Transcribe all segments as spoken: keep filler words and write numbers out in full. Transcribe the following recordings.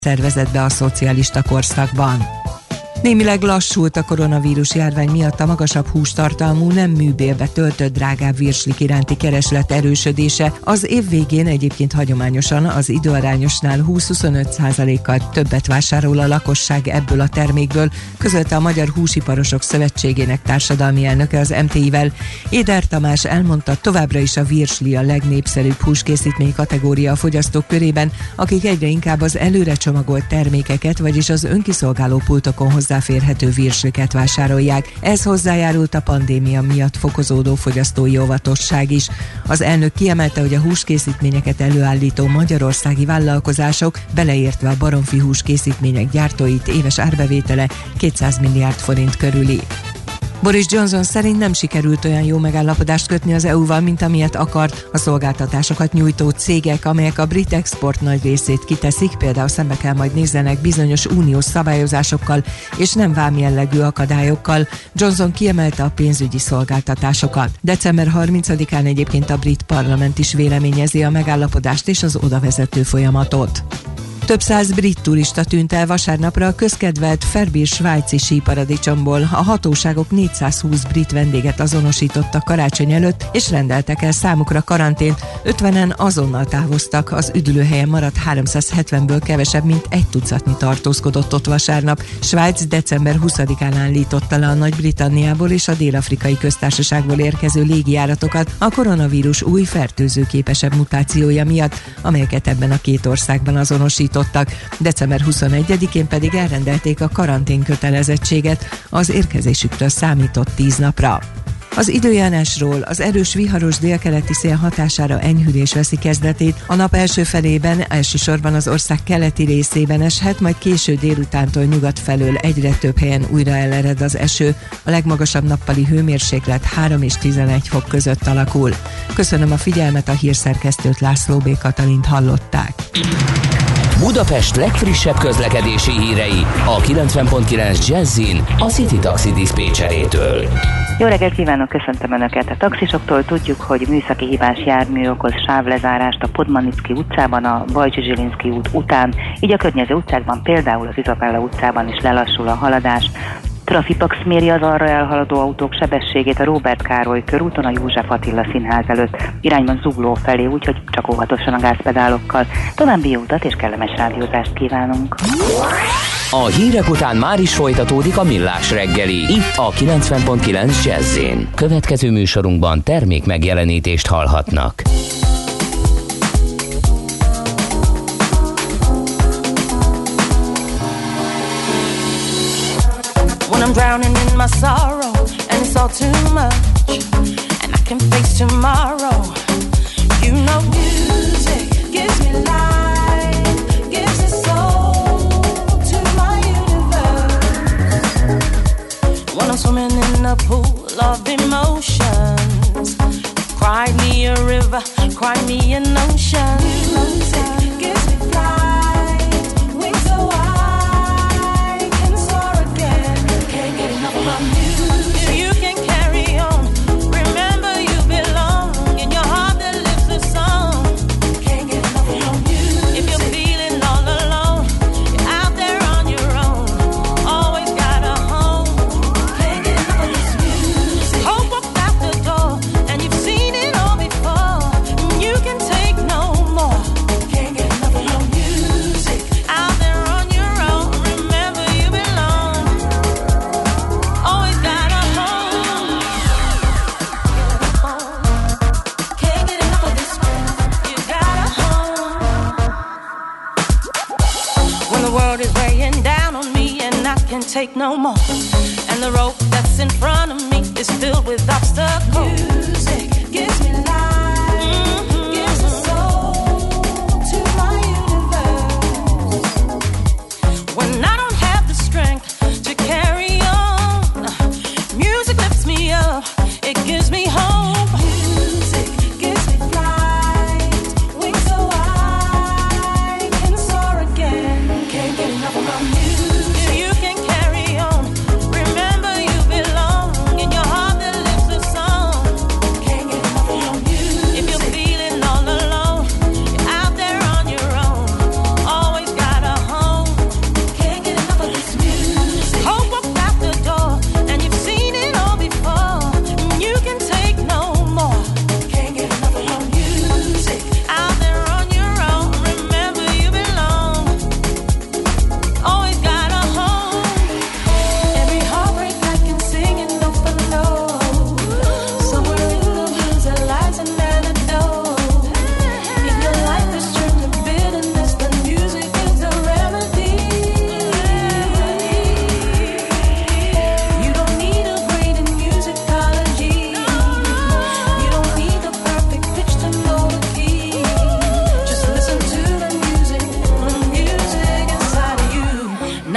szervezett be a szocialista korszakban. Némileg lassult a koronavírus járvány miatt a magasabb hústartalmú, nem műbérbe töltött drágább virslik iránti kereslet erősödése. Az év végén egyébként hagyományosan az időarányosnál húsz-huszonöt százalékkal többet vásárol a lakosság ebből a termékből, közölte a Magyar Húsiparosok Szövetségének társadalmi elnöke az em té i-vel. Éder Tamás elmondta, továbbra is a virsli a legnépszerűbb húskészítmény kategória a fogyasztók körében, akik egyre inkább az előre csomagolt termékeket, vagyis az önkiszolgáló pultokon hozzáférhető virsliket vásárolják. Ez hozzájárult a pandémia miatt fokozódó fogyasztói óvatosság is. Az elnök kiemelte, hogy a húskészítményeket előállító magyarországi vállalkozások, beleértve a baromfi húskészítmények gyártóit, éves árbevétele kétszáz milliárd forint körüli. Boris Johnson szerint nem sikerült olyan jó megállapodást kötni az é u-val, mint amilyet akart. A szolgáltatásokat nyújtó cégek, amelyek a brit export nagy részét kiteszik, például szembe kell majd nézzenek bizonyos uniós szabályozásokkal és nem vámjellegű akadályokkal. Johnson kiemelte a pénzügyi szolgáltatásokat. december harmincadikán egyébként a brit parlament is véleményezi a megállapodást és az oda vezető folyamatot. Több száz brit turista tűnt el vasárnapra a közkedvelt Ferbier svájci síparadicsomból. A hatóságok négyszázhúsz brit vendéget azonosítottak karácsony előtt, és rendeltek el számukra karantént. ötvenen azonnal távoztak, az üdülőhelyen maradt háromszázhetvenből kevesebb, mint egy tucatnyi tartózkodott ott vasárnap. Svájc december huszadikán állította le a Nagy-Britanniából és a Dél-Afrikai Köztársaságból érkező légijáratokat a koronavírus új fertőzőképesebb mutációja miatt, amelyeket ebben a két országban azonosítottak. december huszonegyedikén pedig elrendelték a karantén kötelezettséget, az érkezésüktől számított tíz napra. Az időjárásról: az erős viharos délkeleti szél hatására enyhülés veszi kezdetét. A nap első felében elsősorban az ország keleti részében eshet, majd késő délutántól nyugat felől egyre több helyen újra elered az eső. A legmagasabb nappali hőmérséklet három és tizenegy fok között alakul. Köszönöm a figyelmet, a hírszerkesztőt, László B. Katalint hallották. Budapest legfrissebb közlekedési hírei a kilencven pont kilenc Jazzin a City Taxi diszpécserétől. Jó reggelt kívánok, köszöntöm Önöket! A taxisoktól tudjuk, hogy műszaki hibás jármű okoz sávlezárást a Podmanicki utcában, a Bajcsy-Zsilinszky út után, így a környező utcákban, például az Izabella utcában is lelassul a haladás. Trafipax méri az arra elhaladó autók sebességét a Róbert Károly körúton, a József Attila Színház előtt, irányban Zugló felé, úgyhogy csak óvatosan a gázpedálokkal. További jó utat és kellemes rádiózást kívánunk! A hírek után már is folytatódik a Millás reggeli, itt a kilencven pont kilenc Jazz-én. Következő műsorunkban termék megjelenítést hallhatnak. When I'm drowning in my sorrow and it's all too much and I can face tomorrow, you know music gives me life, gives a soul to my universe. When I'm swimming in a pool of emotions, cry me a river, cry me an ocean. Music gives me flight, wings so wide, can soar again. Can't get enough of my music. If you can carry on, remember you belong. In your heart there lives a song. Can't get enough of your music. If you're feeling all alone, you're out there on your own, always got a home. Can't get enough of this music. Hope walked out the door and you've seen it all before. You can take no more. Can't get enough of your music. Out there on your own, remember you belong. Always got a home. Can't get enough of this. You got a home. When the world is weighing down on me and I can't take no more, and the road that's in front of me is filled with obstacles. Music gives me life, gives a soul to my universe. When I don't have the strength to carry on, music lifts me up, it gives me hope. Music gives me flight, wings so wide, can soar again. Can't get enough of my music. If you can carry on, remember you belong. In your heart there lives a song. Can't get enough of your music.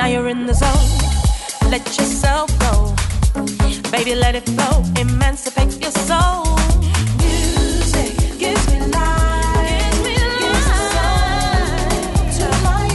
Now you're in the zone. Let yourself go. Baby, let it flow. Emancipate your soul. Music gives me life. Gives me life. To my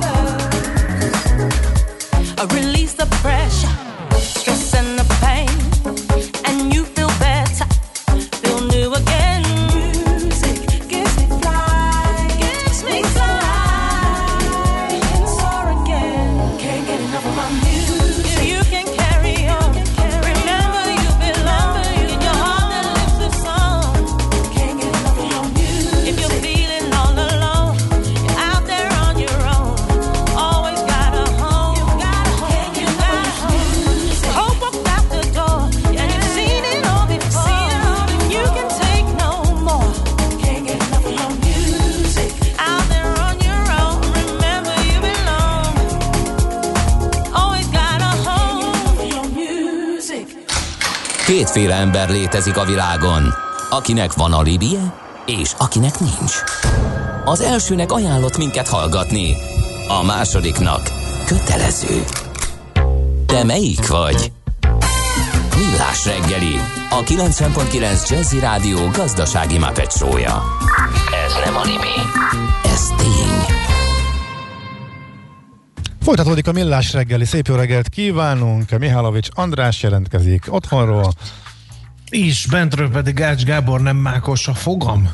universe. Uh, release the pressure, stress and the pain, and you feel better, feel new again. Music gives me flight. Gives me flight. And soar again. Can't get enough of my music. You can carry on. Remember you belong. In your heart that lives the song. Can't get enough of your music. If you're feeling all alone, you're out there on your own. Always got a home. You got a home. You got a home. Hope walked out the door, and you've seen it all before. You can take no more. Can't get enough of your music. Out there on your own. Remember you belong. Always got a home. Your music. Kétféle ember létezik a világon, akinek van alibije, és akinek nincs. Az elsőnek ajánlott minket hallgatni, a másodiknak kötelező. Te melyik vagy? Millás reggeli, a kilencven pont kilenc Jazzy Rádió gazdasági Muppet show-ja. Ez nem anime, ez tény. Folytatódik a Millás reggeli, szép jó reggelt kívánunk, Mihálovics András jelentkezik otthonról. És bentről pedig Ács Gábor, nem mákos a fogam?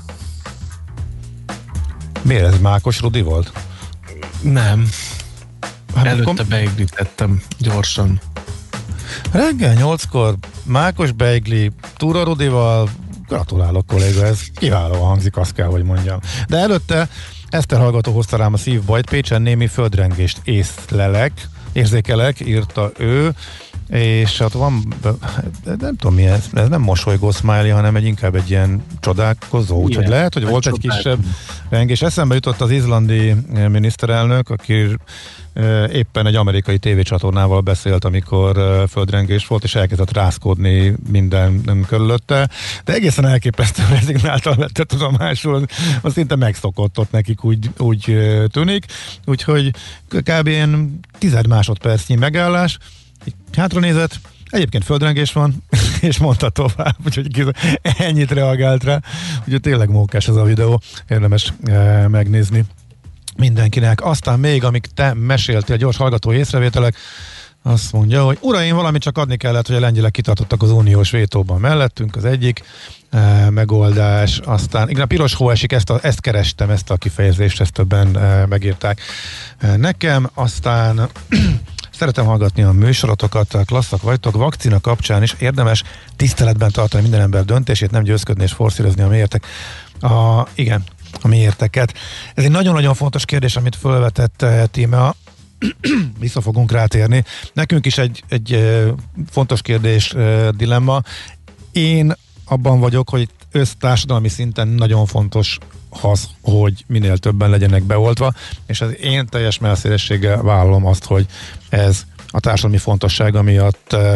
Miért ez Mákos Rudi volt? Nem. Hát Előtte akkor beigrítettem gyorsan. reggel nyolckor Mákos beigli Túra Rudival, gratulálok kolléga, ez kiválóan hangzik, azt kell, hogy mondjam. De előtte Eszter hallgató hozta rám a szívbajt, Pécsen némi földrengést észlelek, érzékelek, írta ő, és hát van, nem tudom mi ez, ez nem mosolygó smiley, hanem egy inkább egy ilyen csodálkozó, úgyhogy lehet, hogy volt egy kisebb rengés. Eszembe jutott az izlandi miniszterelnök, aki éppen egy amerikai tévécsatornával beszélt, amikor földrengés volt, és elkezdett rázkódni minden körülötte, de egészen elképesztő rezignáltan vette tudomásul, az szinte megszokott ott nekik, úgy, úgy tűnik, úgyhogy kb. Ilyen tized másodpercnyi megállás, hátranézett, egyébként földrengés van, és mondta tovább, úgyhogy ennyit reagált rá, úgyhogy tényleg mókás ez a videó, érdemes e, megnézni mindenkinek. Aztán még, amíg te meséltél, gyors hallgató észrevételek, azt mondja, hogy uraim, valamit csak adni kellett, hogy a lengyelek kitartottak az uniós vétóban mellettünk, az egyik e, megoldás. Aztán, igen, a piros hó esik, ezt, a, ezt kerestem, ezt a kifejezést, ezt többen e, megírták e, nekem. Aztán szeretem hallgatni a műsorotokat, klasszak vagytok, vakcina kapcsán is érdemes tiszteletben tartani minden ember döntését, nem győzködni és forszírozni a miértek. A, igen, a miérteket. Ez egy nagyon-nagyon fontos kérdés, amit felvetett Tímea, vissza fogunk rátérni. Nekünk is egy, egy fontos kérdés, dilemma. Én abban vagyok, hogy össztársadalmi szinten nagyon fontos az, hogy minél többen legyenek beoltva, és az én teljes messzélességgel vállalom azt, hogy ez a társadalmi fontossága miatt uh,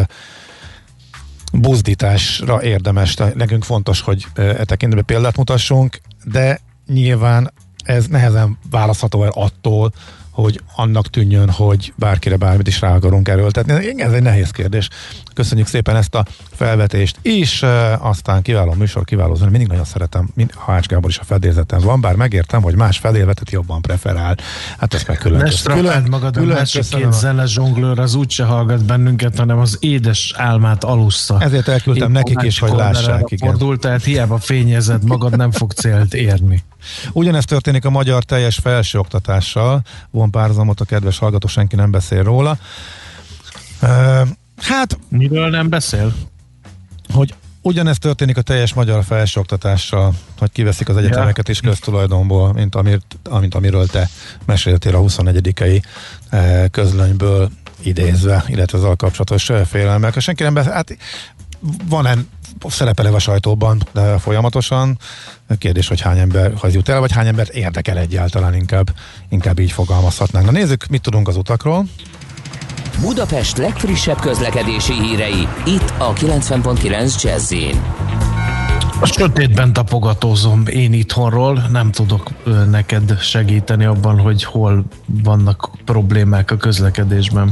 buzdításra érdemes. Nekünk fontos, hogy uh, e tekintetben példát mutassunk, de nyilván ez nehezen választható el attól, hogy annak tűnjön, hogy bárkire bármit is rá akarunk erőltetni. Ez egy nehéz kérdés. Köszönjük szépen ezt a felvetést is, aztán kiváló műsor, kiváló zene. Mindig nagyon szeretem, ha Ács Gábor is a fedélzeten van, bár megértem, hogy más felélvetet jobban preferál. Hát ezt meg külön. Ne strapáld magad, a másik két zene zsonglőr az úgyse hallgat bennünket, hanem az édes álmát alussza. Ezért elküldtem Én nekik is, hogy lássák. Fordult, tehát hiába fényezed magad, nem fog célt érni. Ugyanezt történik a magyar teljes felsőoktatással. Von párhuzamot a kedves hallgató, senki nem beszél róla. Uh, hát... Miről nem beszél? Hogy ugyanezt történik a teljes magyar felsőoktatással, hogy kiveszik az egyetemeket is köztulajdonból, mint, amirt, amint amiről te meséltél a huszonegyedikei uh, közlönyből idézve, illetve azzal kapcsolatos félelmek. Ha senki nem beszél, hát van-e szerepel a sajtóban de folyamatosan. Kérdés, hogy hány emberhez jut el, vagy hány embert érdekel egyáltalán, inkább, inkább így fogalmazhatnánk. Na nézzük, mit tudunk az utakról. Budapest legfrissebb közlekedési hírei, itt a kilencven pont kilenc Jazz-in. A sötétben tapogatózom én itthonról, nem tudok neked segíteni abban, hogy hol vannak problémák a közlekedésben.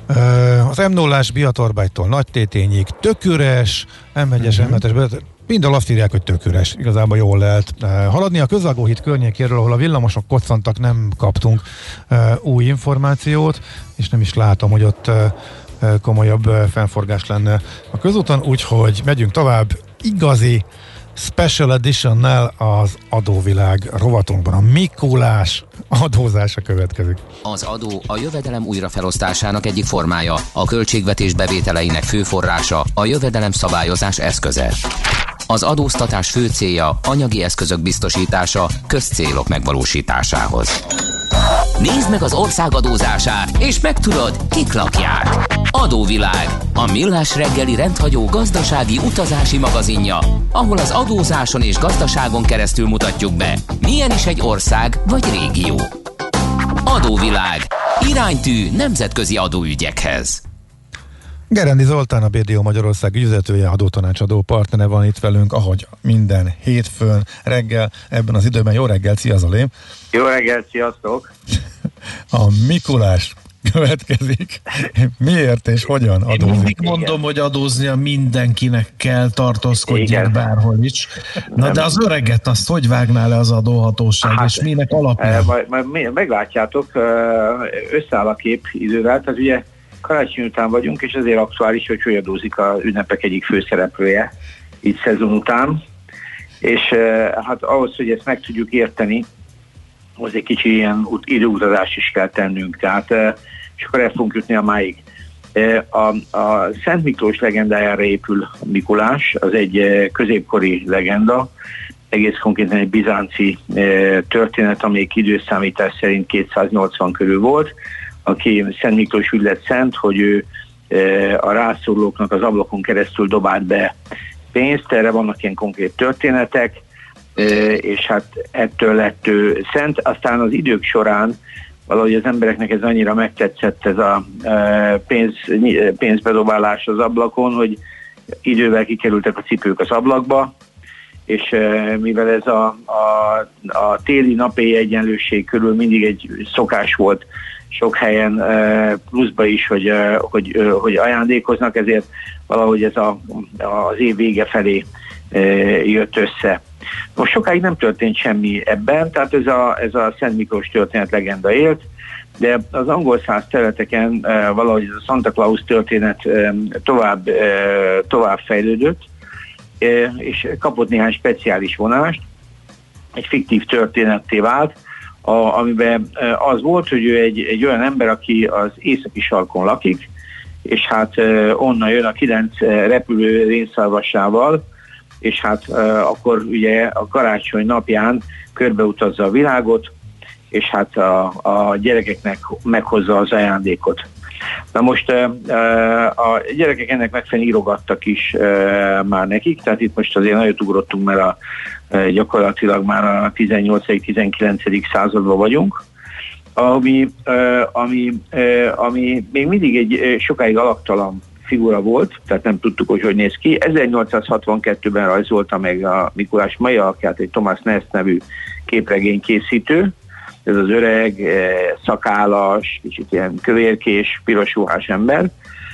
Az em nullás Biatorbágytól Nagytétényig tök üres, em egyes, em hetes, minden azt írják, hogy tök üres, igazából jól lehet haladni. A Közvágóhíd környékéről, ahol a villamosok koccantak, nem kaptunk új információt, és nem is látom, hogy ott komolyabb fennforgás lenne a közúton, úgyhogy megyünk tovább. Igazi Special Edition-nel az adóvilág rovatunkban. A Mikulás adózása következik. Az adó a jövedelem újrafelosztásának egyik formája, a költségvetés bevételeinek fő forrása, a jövedelem szabályozás eszköze. Az adóztatás fő célja anyagi eszközök biztosítása közcélok megvalósításához. Nézd meg az ország adózását, és megtudod, kik lakják. Adóvilág, a millás reggeli rendhagyó gazdasági utazási magazinja, ahol az adózáson és gazdaságon keresztül mutatjuk be, milyen is egy ország vagy régió. Adóvilág, iránytű nemzetközi adóügyekhez. Gerendi Zoltán, a bé dé o Magyarország ügyvezetője, adótanácsadó partnere van itt velünk, ahogy minden hétfőn reggel, ebben az időben. Jó reggel, szia Zoli! Jó reggel, sziasztok! A Mikulás következik. Miért és hogyan adózik? Én mindig mondom, hogy adóznia mindenkinek kell, tartózkodjék bárhol is. Na de az öreget, azt hogy vágná le az adóhatóság, hát, és minek alapján? Majd, majd meglátjátok, összeáll a kép idővel, tehát ugye karácsony után vagyunk, és ezért aktuális, hogy hogy adózik az ünnepek egyik főszereplője itt szezon után. És hát ahhoz, hogy ezt meg tudjuk érteni, az egy kicsi ilyen időutazást is kell tennünk. Tehát, és akkor el fogunk jutni a máig. A, a Szent Miklós legendájára épül a Mikulás, az egy középkori legenda, egész konkrétan egy bizánci történet, amelyik időszámítás szerint kétszáznyolcvan körül volt, aki Szent Miklós úgy lett szent, hogy ő a rászorulóknak az ablakon keresztül dobált be pénzt, erre vannak ilyen konkrét történetek, és hát ettől lett ő szent. Aztán az idők során valahogy az embereknek ez annyira megtetszett, ez a pénz, pénzbedobálás az ablakon, hogy idővel kikerültek a cipők az ablakba, és mivel ez a, a, a téli napély egyenlőség körül mindig egy szokás volt sok helyen pluszba is, hogy, hogy, hogy ajándékoznak, ezért valahogy ez a, az év vége felé jött össze. Most sokáig nem történt semmi ebben, tehát ez a, ez a Szent Miklós történet legenda élt, de az angol száz területeken valahogy ez a Santa Claus történet tovább, tovább fejlődött, és kapott néhány speciális vonást, egy fiktív történetté vált, a, amiben az volt, hogy ő egy, egy olyan ember, aki az északi sarkon lakik, és hát onnan jön a kilenc repülő rénszarvasával, és hát akkor ugye a karácsony napján körbeutazza a világot, és hát a, a gyerekeknek meghozza az ajándékot. Na most a gyerekek ennek megfelelően írogattak is már nekik, tehát itt most azért nagyon ugrottunk, mert a, gyakorlatilag már a tizennyolcadik-tizenkilencedik században vagyunk, ami, ami, ami még mindig egy sokáig alaktalan figura volt, tehát nem tudtuk, hogy hogy néz ki. ezernyolcszázhatvankettőben rajzolta meg a Mikulás mai alakját egy Thomas Nast nevű képregénykészítő. Ez az öreg, szakállas, kicsit ilyen kövérkés, piros ruhás ember,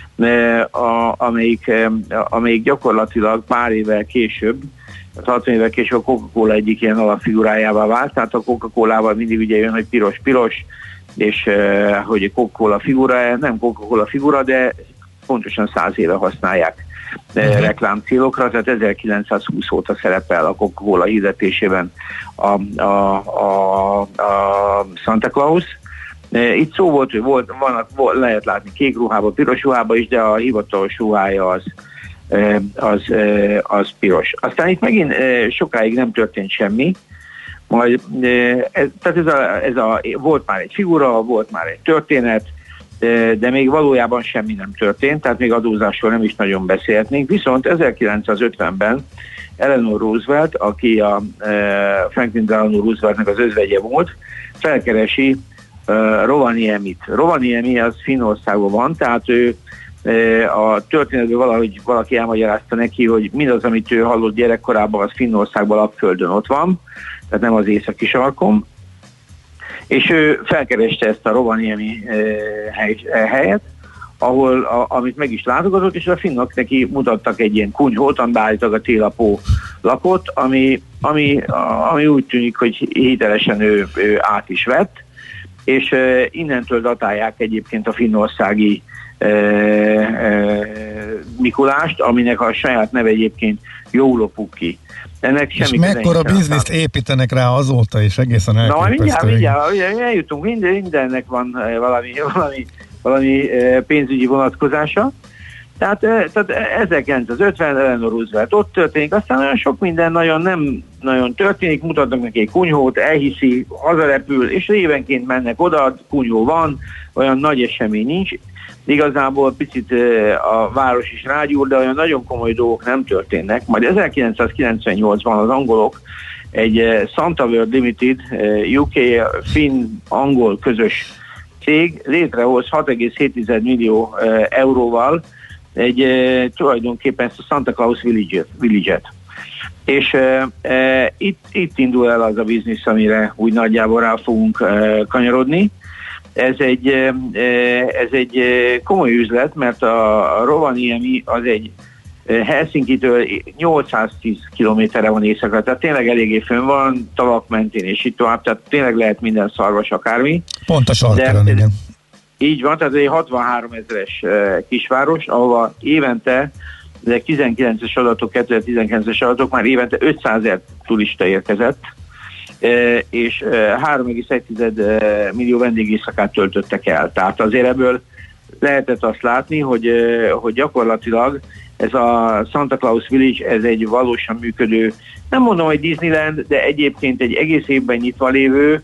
amelyik, amelyik gyakorlatilag pár évvel később, hatvan évvel később a Coca-Cola egyik ilyen alapfigurájává vált, tehát a Coca-Colával mindig ugye jön, hogy piros-piros, és hogy a Coca-Cola figura, nem Coca-Cola figura, de pontosan száz éve használják uh-huh. reklám célokra, tehát ezerkilencszázhúsz óta szerepel a Coca-Cola hirdetésében a, a, a, a Santa Claus. Itt szó volt, hogy volt, van, lehet látni kék ruhába, piros ruhába is, de a hivatalos ruhája az, az, az piros. Aztán itt megint sokáig nem történt semmi, majd, ez, tehát ez a, ez a, volt már egy figura, volt már egy történet, de még valójában semmi nem történt, tehát még adózásról nem is nagyon beszélhetnénk. Viszont ezerkilencszázötvenben Eleanor Roosevelt, aki a Franklin Delano Rooseveltnek az özvegye volt, felkeresi Rovaniemit. Rovaniemi az Finnországban van, tehát ő a történetből valahogy valaki elmagyarázta neki, hogy mindaz, amit ő hallott gyerekkorában, az Finnországban alapföldön ott van, tehát nem az északi sarkon, és ő felkereste ezt a Rovaniemi hely, helyet, ahol, a, amit meg is látogatott, és a finnok neki mutattak egy ilyen kunyhót, amiben állítólag a télapó lakott, ami, ami, ami úgy tűnik, hogy hitelesen ő, ő át is vett, és uh, innentől datálják egyébként a finnországi uh, uh, Mikulást, aminek a saját neve egyébként Joulupukki. Ennek és mekkora bizniszt építenek rá azóta is, egészen elképesztő. Na, mindjárt, mindjárt, eljutunk, minden, mindennek van valami, valami, valami pénzügyi vonatkozása. Tehát, tehát ezerkilencszázötven Eleanor Roosevelt ott történik, aztán nagyon sok minden nagyon nem nagyon történik, mutatnak neki egy kunyhót, elhiszi, hazarepül, és évenként mennek oda, kunyhó van, olyan nagy esemény nincs. Igazából picit a város is rágyúr, de olyan nagyon komoly dolgok nem történnek. Majd ezerkilencszázkilencvennyolcban az angolok egy Santa World Limited, U K finn-angol közös cég létrehoz hat egész hét millió euróval egy tulajdonképpen ezt a Santa Claus Village-et. Village-et. És e, itt, itt indul el az a biznisz, amire úgy nagyjából rá fogunk e, kanyarodni. Ez egy, ez egy komoly üzlet, mert a Rovaniemi az egy Helsinkitől nyolcszáztíz kilométerre van északra, tehát tényleg eléggé fönn van, tavak mentén és itt tovább, tehát tényleg lehet minden szarvas akármi. Pont a sarkon, igen. Így van, tehát egy hatvanhárom ezeres kisváros, ahova évente, ezek tizenkilences adatok, kétezer-tizenkilences adatok, már évente ötszázezer turista érkezett, és három egész egy millió vendégészakát töltöttek el. Tehát azért ebből lehetett azt látni, hogy, hogy gyakorlatilag ez a Santa Claus Village, ez egy valósan működő, nem mondom, hogy Disneyland, de egyébként egy egész évben nyitva lévő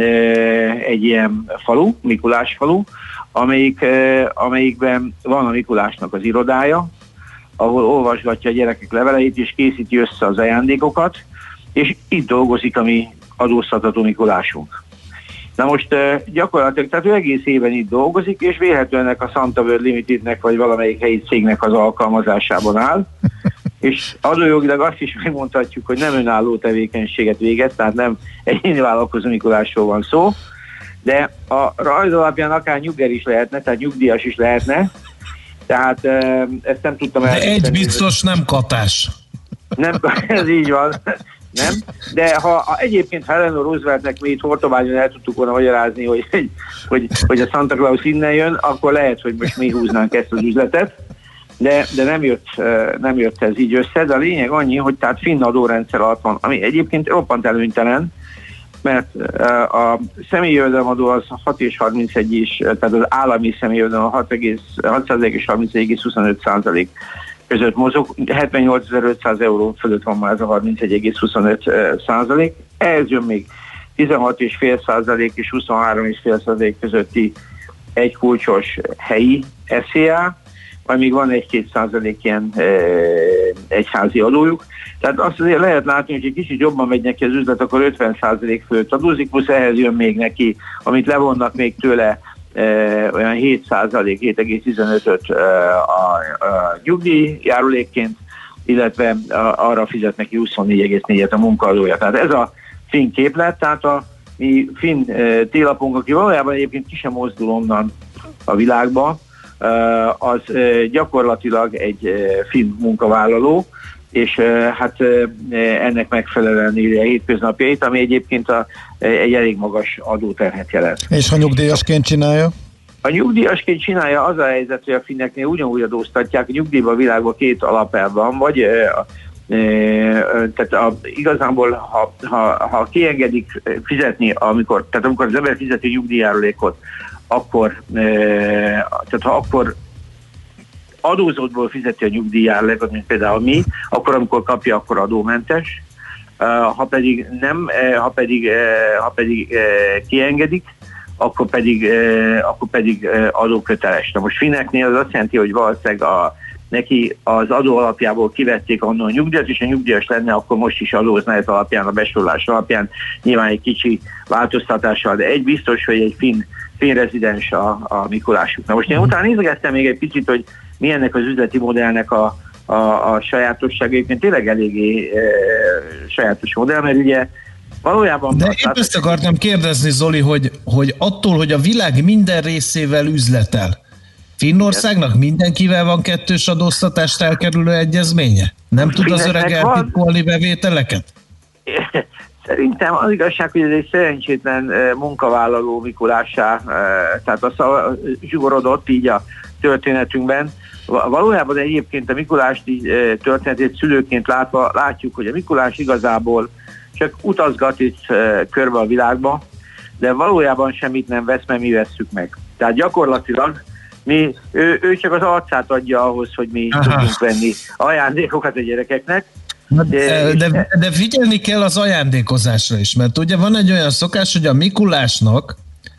egy ilyen falu, Mikulás falu, amelyik, amelyikben van a Mikulásnak az irodája, ahol olvasgatja a gyerekek leveleit, és készíti össze az ajándékokat, és itt dolgozik a mi adóztatható Mikulásunk. Na most gyakorlatilag, tehát ő egész éven itt dolgozik, és vélhetően ennek a Santa World Limitednek, vagy valamelyik helyi cégnek az alkalmazásában áll, és adójogilag azt is megmondhatjuk, hogy nem önálló tevékenységet végez, tehát nem egyéni vállalkozó Mikulásról van szó, de a rajz alapján akár nyugger is lehetne, tehát nyugdíjas is lehetne, tehát ezt nem tudtam el. De egy biztos nem katás. Nem, ez így van. Nem? De ha a, egyébként ha Eleanor Rooseveltnek mi itt Hortobányon el tudtuk volna magyarázni, hogy, hogy, hogy a Santa Claus innen jön, akkor lehet, hogy most mi húznánk ezt az üzletet, de, de nem, jött, nem jött ez így össze, de a lényeg annyi, hogy tehát finn adórendszer alatt van, ami egyébként roppant előnytelen, mert a személyi jövedelemadó az hat egész harmincegy is, tehát az állami személyi jövedelem hat egész harmincegy egész huszonöt százalék között mozog, hetvennyolcezer-ötszáz euró fölött van már ez a harmincegy egész huszonöt százalék. Ehhez jön még tizenhat egész öt százalék és huszonhárom egész öt százalék közötti egy kulcsos helyi es zé á, majd még van egy-két százalék ilyen e, egyházi adójuk. Tehát azt azért lehet látni, hogy egy kicsit jobban megy neki az üzlet, akkor ötven százalék fölött adózik, plusz ehhez jön még neki, amit levonnak még tőle, e, olyan hét százalék, hét egész tizenötöt e, a, a nyugdíjjárulékként, illetve a, arra fizet neki huszonnégy egész négyet a munkaadója. Tehát ez a finn képlet, tehát a mi finn e, télapunk, aki valójában egyébként ki sem mozdul onnan a világba, az gyakorlatilag egy finn munkavállaló, és hát ennek megfelelően írja a hétköznapjait, ami egyébként a, egy elég magas adóterhet jelent. És ha nyugdíjasként csinálja? A nyugdíjasként csinálja, az a helyzet, hogy a finneknél ugyanúgy adóztatják, a nyugdíjban a világban két alapelv van, vagy e, tehát a, igazából ha, ha, ha kiengedik fizetni, amikor, tehát amikor az ember fizeti nyugdíjjárulékot, akkor, e, tehát ha akkor adózódból fizeti a nyugdíjjárulékot, mint például mi, akkor amikor kapja, akkor adómentes, ha pedig nem, ha pedig, ha pedig kiengedik, akkor pedig, akkor pedig adóköteles. Na most finneknél az azt jelenti, hogy valószínűleg a, neki az adó alapjából kivették onnan a nyugdíjat, és ha nyugdíjas lenne, akkor most is adózna ez alapján, a besorolás alapján, nyilván egy kicsi változtatással, de egy biztos, hogy egy finn, finn rezidens a, a Mikulásuk. Na most én utána nézegettem még egy picit, hogy mi ennek az üzleti modellnek a, a, a sajátosság. Egyébként tényleg eléggé e, sajátos modell, mert ugye valójában... De én ezt akartam kérdezni, Zoli, hogy, hogy attól, hogy a világ minden részével üzletel, Finnországnak mindenkivel van kettős adóztatást elkerülő egyezménye? Nem tud az öreg eltitkolni bevételeket? Szerintem az igazság, hogy ez egy szerencsétlen munkavállaló Mikulássá, tehát az zsugorodott így a történetünkben. Valójában egyébként a Mikulás történetét szülőként látva látjuk, hogy a Mikulás igazából csak utazgat itt körbe a világba, de valójában semmit nem vesz, mert mi vesszük meg. Tehát gyakorlatilag mi, ő, ő csak az arcát adja ahhoz, hogy mi Aha. tudjunk venni ajándékokat a gyerekeknek. De, de, de figyelni kell az ajándékozásra is, mert ugye van egy olyan szokás, hogy a Mikulásnak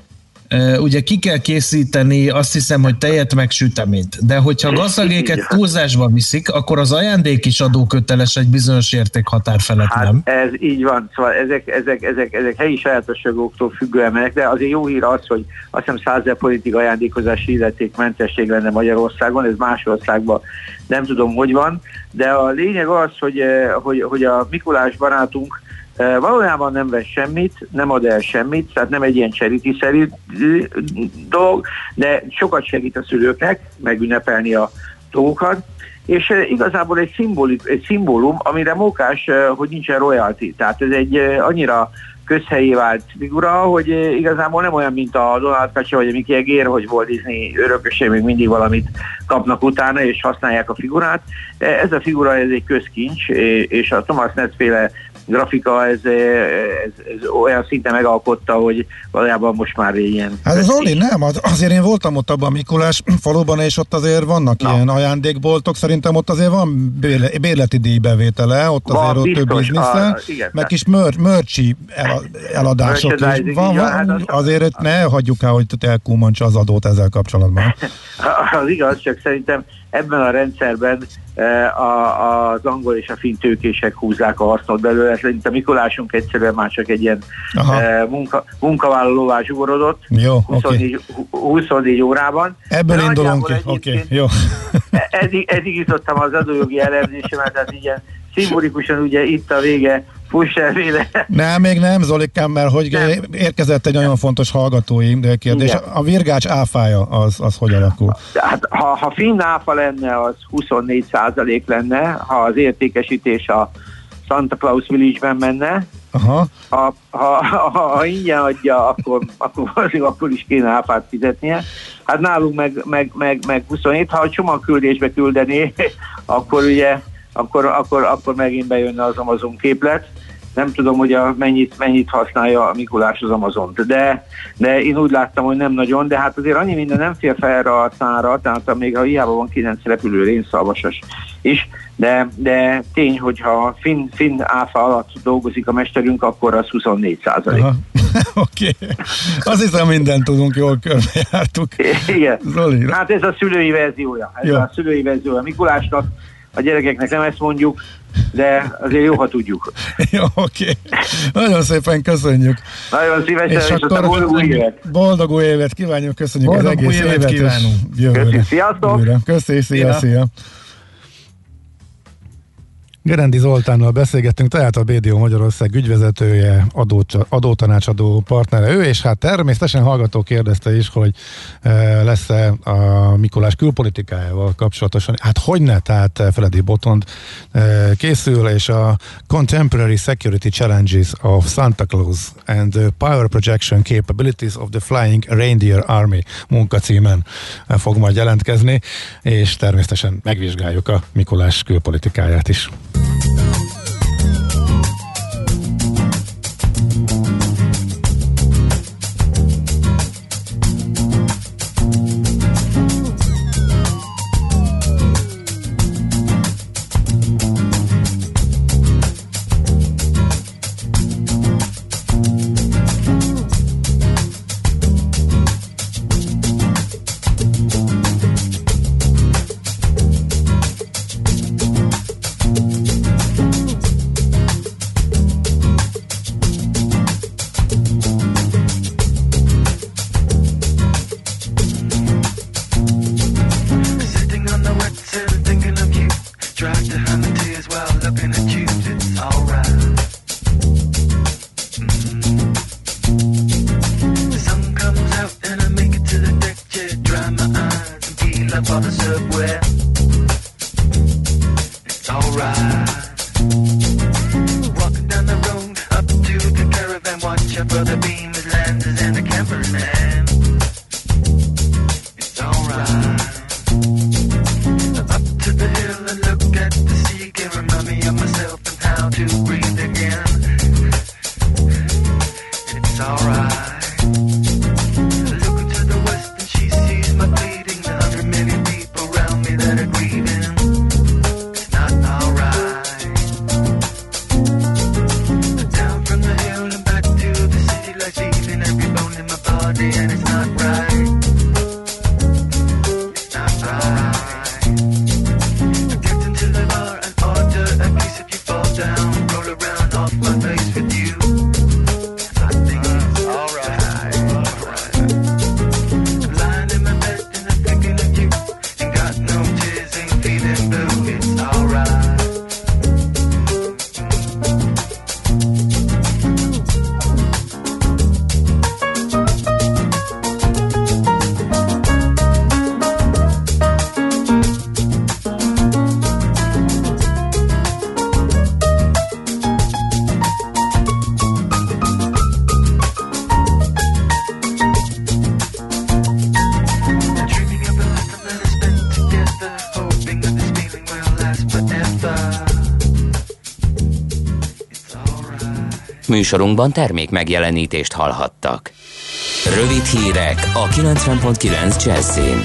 ugye ki kell készíteni, azt hiszem, hogy tejet meg süteményt. De hogyha gazdagéket túlzásba viszik, akkor az ajándék is adóköteles egy bizonyos értékhatár felett, hát nem? Ez így van. Szóval ezek, ezek, ezek, ezek helyi sajátosságoktól függően mennek, de azért jó hír az, hogy azt hiszem százezer forintig ajándékozási illetékmentesség lenne Magyarországon, ez más országban nem tudom, hogy van, de a lényeg az, hogy, hogy, hogy a Mikulás barátunk valójában nem vesz semmit, nem ad el semmit, tehát nem egy ilyen charity-szerű dolog, de sokat segít a szülőknek megünnepelni a dolgokat, és igazából egy, szimboli, egy szimbólum, amire mókás, hogy nincsen royalty, tehát ez egy annyira közhelyé vált figura, hogy igazából nem olyan, mint a Donald Kacsa vagy a Mickey Egér, hogy Walt Disney örökösé még mindig valamit kapnak utána, és használják a figurát. Ez a figura, ez egy közkincs, és a Thomas Ness-féle grafika, ez, ez, ez olyan szinten megalkotta, hogy valójában most már ilyen... Hát az Oli, nem, az, azért én voltam ott abban a Mikulás faluban, és ott azért vannak Na. ilyen ajándékboltok, szerintem ott azért van bérle, bérleti díjbevétele, ott van, azért ott több biznisze, meg kis mör, mörcsi el, eladások is. Van, van, hát az azért ne hagyjuk el, hogy elkúmancsa az adót ezzel kapcsolatban. Az igaz, csak szerintem ebben a rendszerben a, az angol és a finn tőkések húzzák a hasznot belőle. Szerintem a Mikulásunk egyszerűen már csak egy ilyen munka, munkavállalóvá zsugorodott. Jó, huszonnégy, okay. huszonnégy órában. Ebből de indulunk ki, oké, okay, jó. Eddig, eddig jutottam az adójogi elemzésemet, tehát ilyen szimbolikusan ugye itt a vége. Nem, még nem, Zolikám, mert hogy nem. Érkezett egy nagyon fontos hallgatói kérdés. Igen. A virgács áfája az, az hogy alakul? Hát, ha, ha finn áfa lenne, az huszonnégy százalék lenne, ha az értékesítés a Santa Claus Village-ben menne. Aha. Ha, ha, ha, ha ingyen adja, akkor, akkor, akkor is kéne áfát fizetnie. Hát nálunk meg, meg, meg, meg huszonhét, ha a csomagküldésbe küldené, akkor ugye Akkor, akkor, akkor megint bejönne az Amazon képlet. Nem tudom, hogy a, mennyit, mennyit használja a Mikulás az Amazont, de, de én úgy láttam, hogy nem nagyon, de hát azért annyi minden nem fér fel erre a szára, tehát még ha hiába van kilenc repülő rénszalvasas is, de, de tény, hogyha finn, finn áfa alatt dolgozik a mesterünk, akkor az huszonnégy százalék. Oké. Okay. Azt hiszem, mindent tudunk, jól körbejártuk. Igen. Zoli. Hát ez a szülői verziója. Ez Jó. a szülői verziója Mikulásnak. A gyerekeknek nem ezt mondjuk, de azért jó, ha tudjuk. Jó, oké. Okay. Nagyon szépen köszönjük. Nagyon szívesen, és, és akkor boldog új évet. Boldog új évet kívánjuk, köszönjük boldog az egész évet. Kívánunk. Köszi, sziasztok. Köszi, szia, szia. Gerendi Zoltánnal beszélgettünk, tehát a bé dé o Magyarország ügyvezetője, adó, adótanácsadó partnere ő, és hát természetesen hallgató kérdezte is, hogy e, lesz-e a Mikulás külpolitikájával kapcsolatosan. Hát hogyne, tehát Feledi Botond e, készül, és a Contemporary Security Challenges of Santa Claus and the Power Projection Capabilities of the Flying Reindeer Army munkacímen fog majd jelentkezni, és természetesen megvizsgáljuk a Mikulás külpolitikáját is. for the subway. It's alright. Walking down the road up to the caravan, watch out for the beamers, landers, and the campers, man. It's alright. Up to the hill and look at the sea, can remind me of myself and how to breathe again. It's alright. Looking to the west and she sees my bleeding. A hundred million people around me that are grieving. It's not alright. Down from the hill and back to the city, like leaving every bone in my body, and it's not right. It's not right. Addicted to the bar and order a piece if you fall down. Roll around off my face with you. Műsorunkban termék megjelenítést hallhattak. Rövid hírek a kilencven pont kilenc Jazzin.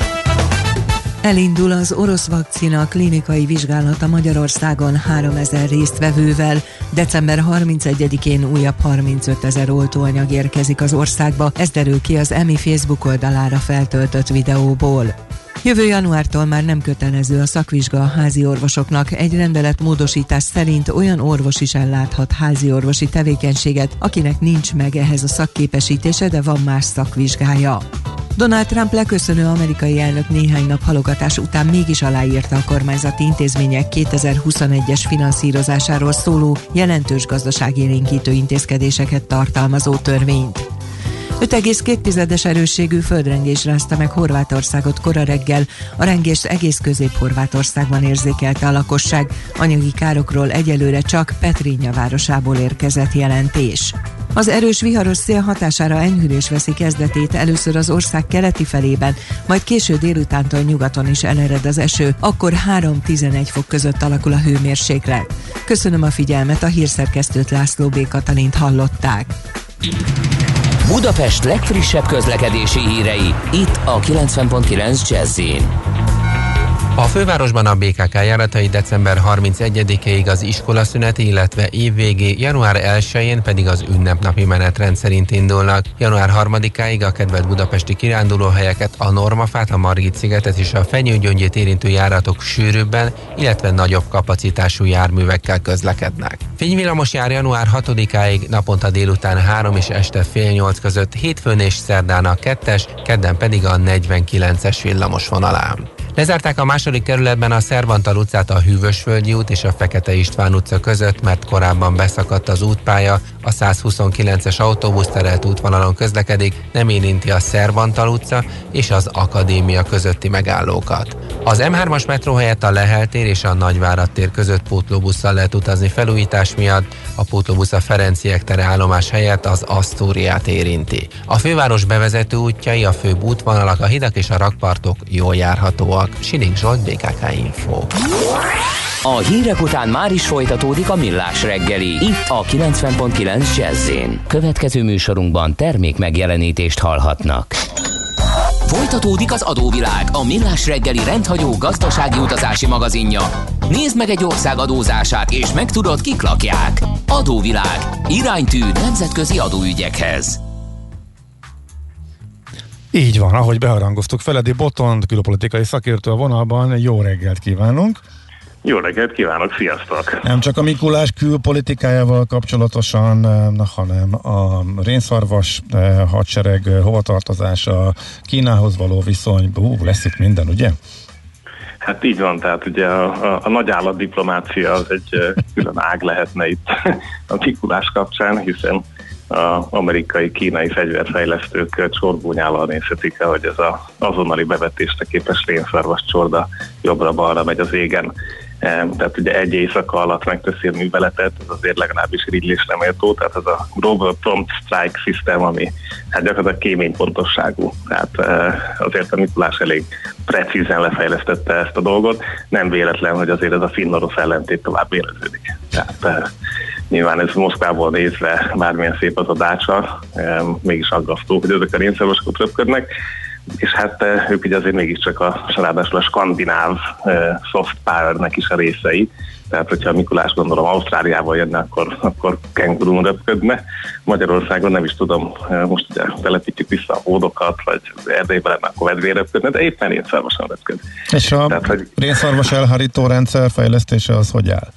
Elindul az orosz vakcina klinikai vizsgálata Magyarországon háromezer résztvevővel. december harmincegyedikén újabb harmincötezer oltóanyag érkezik az országba, ez derül ki az e em i Facebook oldalára feltöltött videóból. Jövő januártól már nem kötelező a szakvizsga a házi orvosoknak. Egy rendelet módosítás szerint olyan orvos is elláthat házi orvosi tevékenységet, akinek nincs meg ehhez a szakképesítése, de van más szakvizsgája. Donald Trump leköszönő amerikai elnök néhány nap halogatás után mégis aláírta a kormányzati intézmények kétezer-huszonegyes finanszírozásáról szóló jelentős gazdaságélénkítő intézkedéseket tartalmazó törvényt. öt egész két erősségű földrengés rázta meg Horvátországot kora reggel. A rengést egész Közép-Horvátországban érzékelte a lakosság. Anyagi károkról egyelőre csak Petrinja városából érkezett jelentés. Az erős viharos szél hatására enyhülés veszi kezdetét, először az ország keleti felében, majd késő délutántól nyugaton is elered az eső, akkor három-tizenegy fok között alakul a hőmérséklet. Köszönöm a figyelmet, a hírszerkesztőt, László B. Katalint hallották. Budapest legfrissebb közlekedési hírei, itt a kilencven pont kilenc Jazzin. A fővárosban a bé ká ká járatai december harmincegyedikéig az iskolaszünet, illetve évvégé, január elsején pedig az ünnepnapi menetrend szerint indulnak. január harmadikáig a kedvelt budapesti kirándulóhelyeket, a Normafát, a Margit-szigetet és a Fenyőgyöngyét érintő járatok sűrűbben, illetve nagyobb kapacitású járművekkel közlekednek. Fényvillamos jár január hatodikáig, naponta délután három és este fél nyolc között, hétfőn és szerdán a kettes, kedden pedig a negyvenkilences villamos vonalán. Lezárták a második kerületben a Szervantal utcát a Hűvösvölgyi út és a Fekete István utca között, mert korábban beszakadt az útpálya, a százhuszonkilences autóbuszterelt útvonalon közlekedik, nem érinti a Szervantal utca és az Akadémia közötti megállókat. Az em hármas metró helyett a Lehel tér és a Nagyvárad tér között pótlóbusszal lehet utazni felújítás miatt, a pótlóbusz a Ferenciek tere állomás helyett az Asztóriát érinti. A főváros bevezető útjai, a főbb útvonalak, a hidak és a rakpartok jól járhatóak. Siling Zsolt, bé ká ká Info. A hírek után már is folytatódik a Millás reggeli, itt a kilencven pont kilenc Jazz-én. Következő műsorunkban termék megjelenítést hallhatnak. Folytatódik az adóvilág, a Millás reggeli rendhagyó gazdasági utazási magazinja. Nézd meg egy ország adózását, és megtudod, kik lakják. Adóvilág. Iránytű nemzetközi adóügyekhez. Így van, ahogy beharangoztuk, Feledi Botond, külpolitikai szakértő a vonalban. Jó reggelt kívánunk! Jó reggelt kívánok, sziasztok! Nem csak a Mikulás külpolitikájával kapcsolatosan, hanem a rénszarvas hadsereg hovatartozása, Kínához való viszony, hú, lesz itt minden, ugye? Hát így van, tehát ugye a, a, a nagy állatdiplomácia az egy külön ág lehetne itt a Mikulás kapcsán, hiszen a amerikai, kínai fegyverfejlesztők csorbúnyállal nézhetik el, hogy ez az azonnali bevetésre képes rénszarvas csorda jobbra-balra megy az égen. Tehát ugye egy éjszaka alatt megteszi a műveletet, ez azért legalábbis irigylésre méltó, tehát ez a Global Prompt Strike System, ami hát gyakorlatilag kéménypontosságú. Tehát azért a Mikulás elég precízen lefejlesztette ezt a dolgot, nem véletlen, hogy azért ez a finn-orosz ellentét tovább éleződik. Tehát nyilván ez Moszkvából nézve bármilyen szép az a dácsa, mégis aggasztó, hogy ezek a rénszarvasok röpködnek, és hát ők ugye azért mégiscsak a ráadásul a skandináv soft power-nek is a részei, tehát hogyha Mikulás gondolom Ausztráliával jönne, akkor, akkor kengurún röpködne. Magyarországon nem is tudom, most ugye telepítjük vissza a hódokat, vagy Erdélyben lenne, akkor vedvér röpködne, de éppen rénszarvason röpköd. És a tehát, hogy... rénszarvas elhárító rendszer fejlesztése az hogy áll?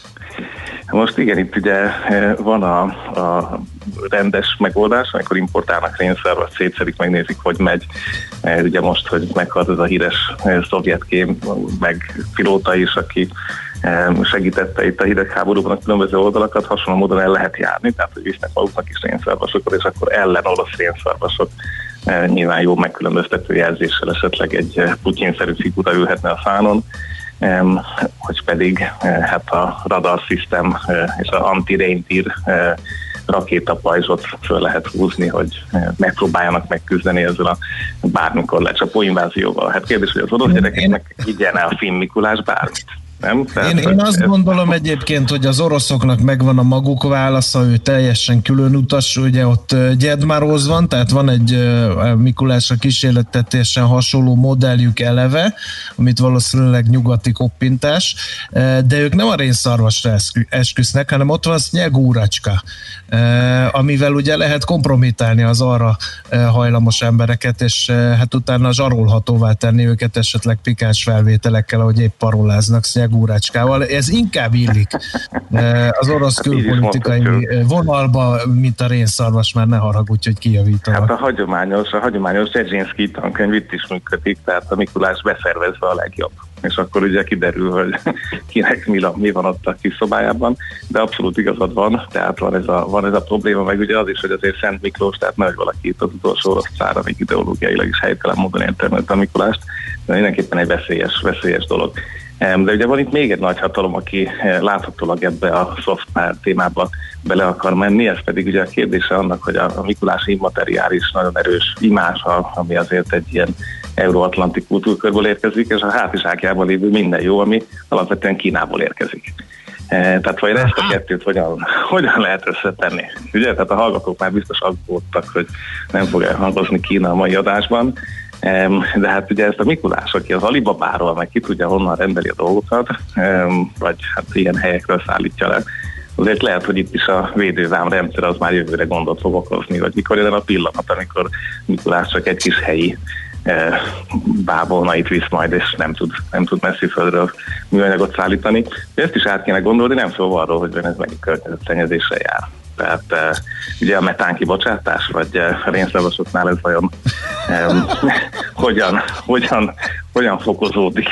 Most igen, itt ugye van a, a rendes megoldás, amikor importálnak rénszarvast, szétszedik, megnézik, hogy megy. Ugye most, hogy meghalt ez a híres szovjetkém, meg pilóta is, aki segítette itt a hidegháborúban a különböző oldalakat, hasonló módon el lehet járni, tehát hogy visznek maguknak is rénszarvasokat, és akkor ellen orosz rénszarvasok nyilván jó megkülönböztető jelzéssel esetleg egy Putyin-szerű figura ülhetne a szánon, hogy pedig hát a radar system és az anti-reindeer rakétapajzsot föl lehet húzni, hogy megpróbáljanak megküzdeni ezzel a bármikor lecsapó invázióval. Hát kérdés, hogy az orosz gyerekeknek higgyen-e a finn Mikulás bármit? Nem? Tehát, én, én azt ez... gondolom egyébként, hogy az oroszoknak megvan a maguk válasza, ő teljesen külön utas, ugye ott Gyedmaroz van, tehát van egy Mikulásra kísérlettetésen hasonló modelljük eleve, amit valószínűleg nyugati koppintás, de ők nem a rénszarvasra esküsznek, hanem ott van Snyegúracska, amivel ugye lehet kompromitálni az arra hajlamos embereket, és hát utána zsarolhatóvá tenni őket esetleg pikáns felvételekkel, ahogy épp paroláznak Snyegúracskával. Ez inkább illik az orosz külpolitikai vonalba, mint a rénszarvas, már ne haragudj, hogy kijavítanak. Hát a hagyományos, a hagyományos Dzsedzsinszkij tankönyv itt is működik, tehát a Mikulás beszervezve a legjobb. És akkor ugye kiderül, hogy kinek mi, mi van ott a kis szobájában, de abszolút igazad van, tehát van ez, a, van ez a probléma, meg ugye az is, hogy azért Szent Miklós, tehát nehogy valaki itt az utolsó orosz cár, amíg ideológiailag is helytelen módon értelmezte a Mikulást, de mindenképpen egy veszélyes, veszélyes dolog. De ugye van itt még egy nagy hatalom, aki láthatólag ebbe a soft power témába bele akar menni, ez pedig ugye a kérdése annak, hogy a Mikulás immateriális, nagyon erős imása, ami azért egy ilyen euróatlanti kultúrkörből érkezik, és a hátizsákjában lévő minden jó, ami alapvetően Kínából érkezik. Tehát vagy ezt a kettőt hogyan, hogyan lehet összetenni? Ugye? Tehát a hallgatók már biztos aggódtak, hogy nem fog elhangozni Kína a mai adásban, de hát ugye ezt a Mikulás, aki az Alibabáról, meg ki tudja honnan rendeli a dolgokat, vagy hát ilyen helyekről szállítja le, azért lehet, hogy itt is a védővám rendszer az már jövőre gondot fog okozni, vagy mikor jön a pillanat, amikor Mikulás csak egy kis helyi bábolnait visz majd, és nem tud, nem tud messzi földről műanyagot szállítani. De ezt is át kéne gondolni, nem szó arról, hogy ez meg környezetszennyezéssel jár. Tehát uh, ugye a metán kibocsátás, vagy uh, a rénszarvasoknál ez vajon um, hogyan, hogyan, hogyan fokozódik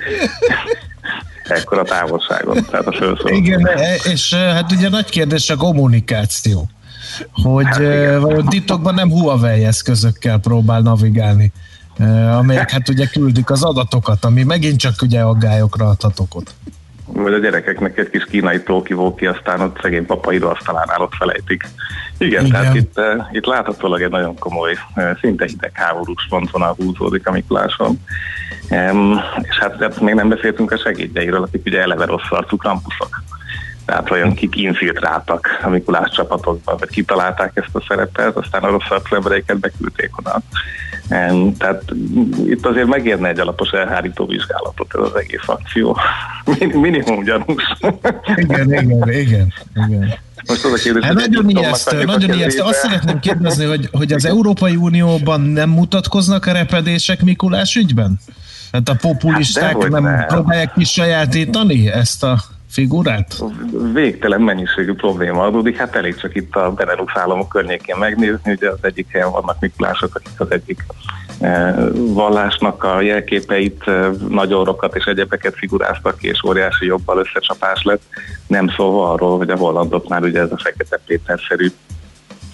ekkora távolságon, tehát a fölszól. Igen, és hát ugye nagy kérdés a kommunikáció, hogy hát, uh, vajon titokban nem Huawei eszközökkel próbál navigálni, uh, amelyek hát ugye küldik az adatokat, ami megint csak ugye aggályokra adhat okot. Vagy a gyerekeknek egy kis kínai tróki-vóki, aztán ott szegény papaidó asztalánál ott felejtik. Igen, Igen. Tehát itt, uh, itt láthatólag egy nagyon komoly, uh, szinte hidegháborús frontvonal húzódik a Mikuláson. Um, és hát, hát még nem beszéltünk a segédjeiről, akik ugye eleve rossz arcú krampuszok. Tehát olyan kik infiltráltak a Mikulás csapatokba, vagy kitalálták ezt a szerepet, aztán a rossz arcú embereiket beküldték oda. Um, tehát itt azért megérne egy alapos elhárító vizsgálatot ez az egész akció. Minimum gyanús. Igen, igen, igen. igen. Most az a kérdés, hát nagyon ijesztő, nagyon ijesztő. Azt szeretném kérdezni, hogy, hogy az Európai Unióban nem mutatkoznak a repedések Mikulás ügyben? Hát a populisták hát nem, nem próbálják kisajátítani ezt a figurát? Végtelen mennyiségű probléma adódik, hát elég csak itt a Benelux államok környékén megnézni, ugye az egyik helyen vannak Mikulások, akik az egyik eh, vallásnak a jelképeit, eh, nagyorrokat és egyebeket figuráztak ki, és óriási jobbal összecsapás lett. Nem szólva arról, hogy a hollandoknál ugye ez a Fekete Péter-szerű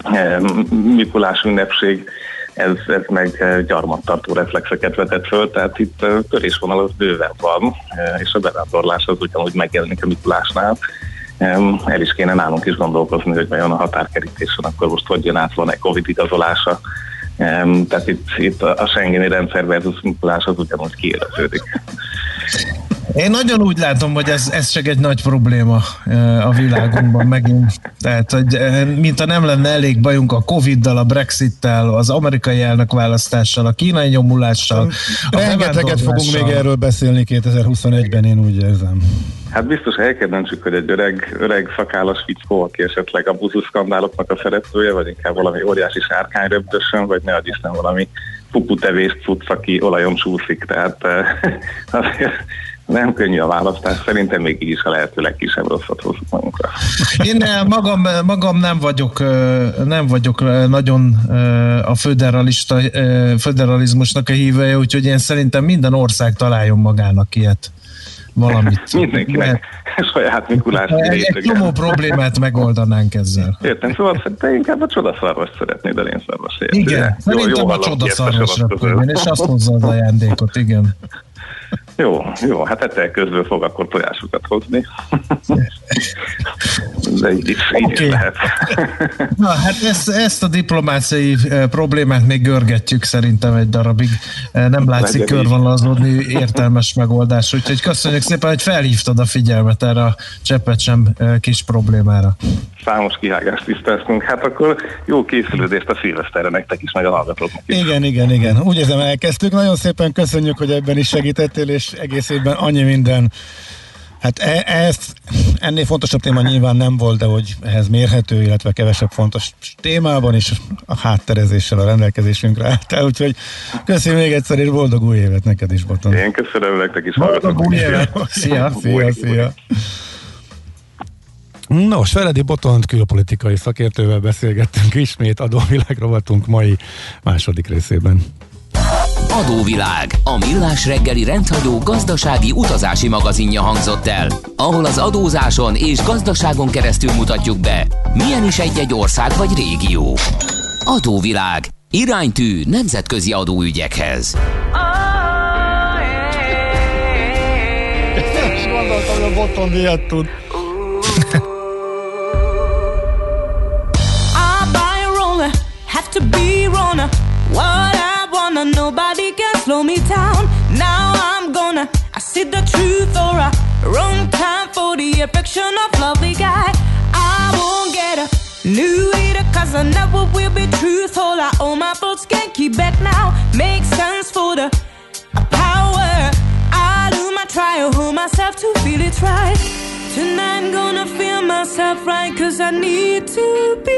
Mikulás ünnepség, ez, ez meg gyarmattartó reflexeket vetett föl, tehát itt törésvonal az bőven van, és a bevándorlás az ugyanúgy megjelenik a Mikulásnál. El is kéne nálunk is gondolkozni, hogy vajon a határkerítésen akkor most hogy jön át, van-e Covid igazolása. Tehát itt, itt a Schengeni rendszer versus Mikulás az ugyanúgy kiéleződik. Én nagyon úgy látom, hogy ez, ez csak egy nagy probléma a világunkban megint. Tehát, hogy mintha nem lenne elég bajunk a Coviddal, a Brexittel, az amerikai elnökválasztással, a kínai nyomulással. Rengeteget fogunk még erről beszélni kétezer-huszonegyben, én úgy érzem. Hát biztos el kell döntsük, hogy egy öreg, öreg szakállas fickó, aki esetleg a buzuszkandáloknak a szeretője, vagy inkább valami óriási sárkányröptösön, vagy ne adj Isten valami puputevés cucc, aki olajon csúszik. Tehát azért nem könnyű a választás, szerintem még így is a lehető legkisebb rosszat hozzuk magunkra. Én magam, magam nem vagyok nem vagyok nagyon a föderalista, föderalizmusnak a híveje, úgyhogy én szerintem minden ország találjon magának ilyet. Valamit. Mindenkinek saját Mikulás egy, egy csomó problémát megoldanánk ezzel. Értem, szóval te inkább a csodaszarvast szeretnéd, de én szarvas értem. Igen, jó, szerintem jó, a csodaszarvasra pörjön, és azt hozza az ajándékot, igen. Jó, jó, hát ettel közben fog akkor tojásokat hozni. De így is, így okay. is lehet. Na, hát ezt, ezt a diplomáciai problémát még görgetjük szerintem egy darabig. Nem látszik körvonalazódni értelmes megoldás. Úgyhogy köszönjük szépen, hogy felhívtad a figyelmet erre a cseppet sem kis problémára. Számos kihágást tisztáztunk. Hát akkor jó készülődést a szilveszterre nektek is, meg a hallgatóknak is. Igen, igen, igen. Úgy érzem, elkezdtük. Nagyon szépen köszönjük, hogy ebben is segítettél, és egész évben annyi minden. Hát e- ezt, ennél fontosabb téma nyilván nem volt, de hogy ehhez mérhető, illetve kevesebb fontos témában is a hátterezéssel a rendelkezésünkre állt. Úgyhogy köszönjük még egyszer, és boldog új évet neked is, Botond. Én köszönöm nektek is. Boldog új évet! Szia! Szia, szia! Nos, Feledi Botond külpolitikai szakértővel beszélgettünk ismét adóvilág rovatunk mai második részében. Adóvilág, a millás reggeli rendhagyó gazdasági utazási magazinja hangzott el, ahol az adózáson és gazdaságon keresztül mutatjuk be, milyen is egy-egy ország vagy régió. Adóvilág, iránytű nemzetközi adóügyekhez. Nem is gondoltam, hogy a Botond ilyet tud. Have to be wrong, what I wanna, nobody can slow me down. Now I'm gonna, I see the truth or a wrong time for the affection of lovely guy. I won't get a new leader cause I never will be truthful. I owe my thoughts, can't keep back now. Makes sense for the power. I do my try, hold myself to feel it right. Tonight I'm gonna feel myself right cause I need to be.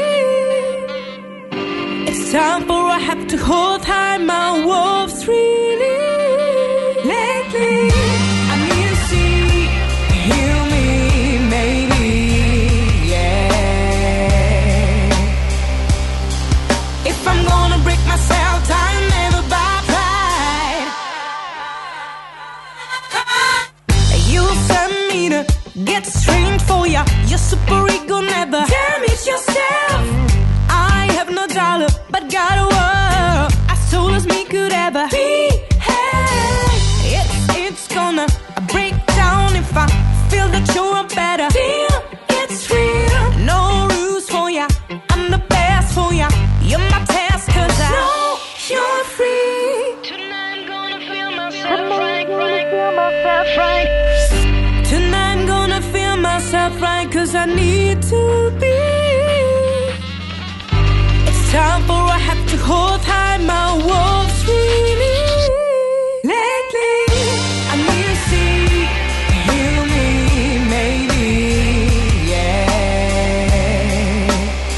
It's time for I have to hold tight my wolves really. Lately I need to see, heal me maybe, yeah. If I'm gonna break myself down, never by pride. You send me to get strange for ya. Your super ego never damage yourself. No dollar, but got a world as soon as me could ever be. Hey, it's, it's gonna break down if I feel that you're better. Feel it's real. No rules for ya, I'm the best for ya. You're my test cause I know you're free. Tonight I'm gonna feel myself right, right, feel myself right. Tonight I'm gonna feel myself right cause I need to be. Time for I have to hold tight my wolves really. Lately I need to see, heal me maybe, yeah.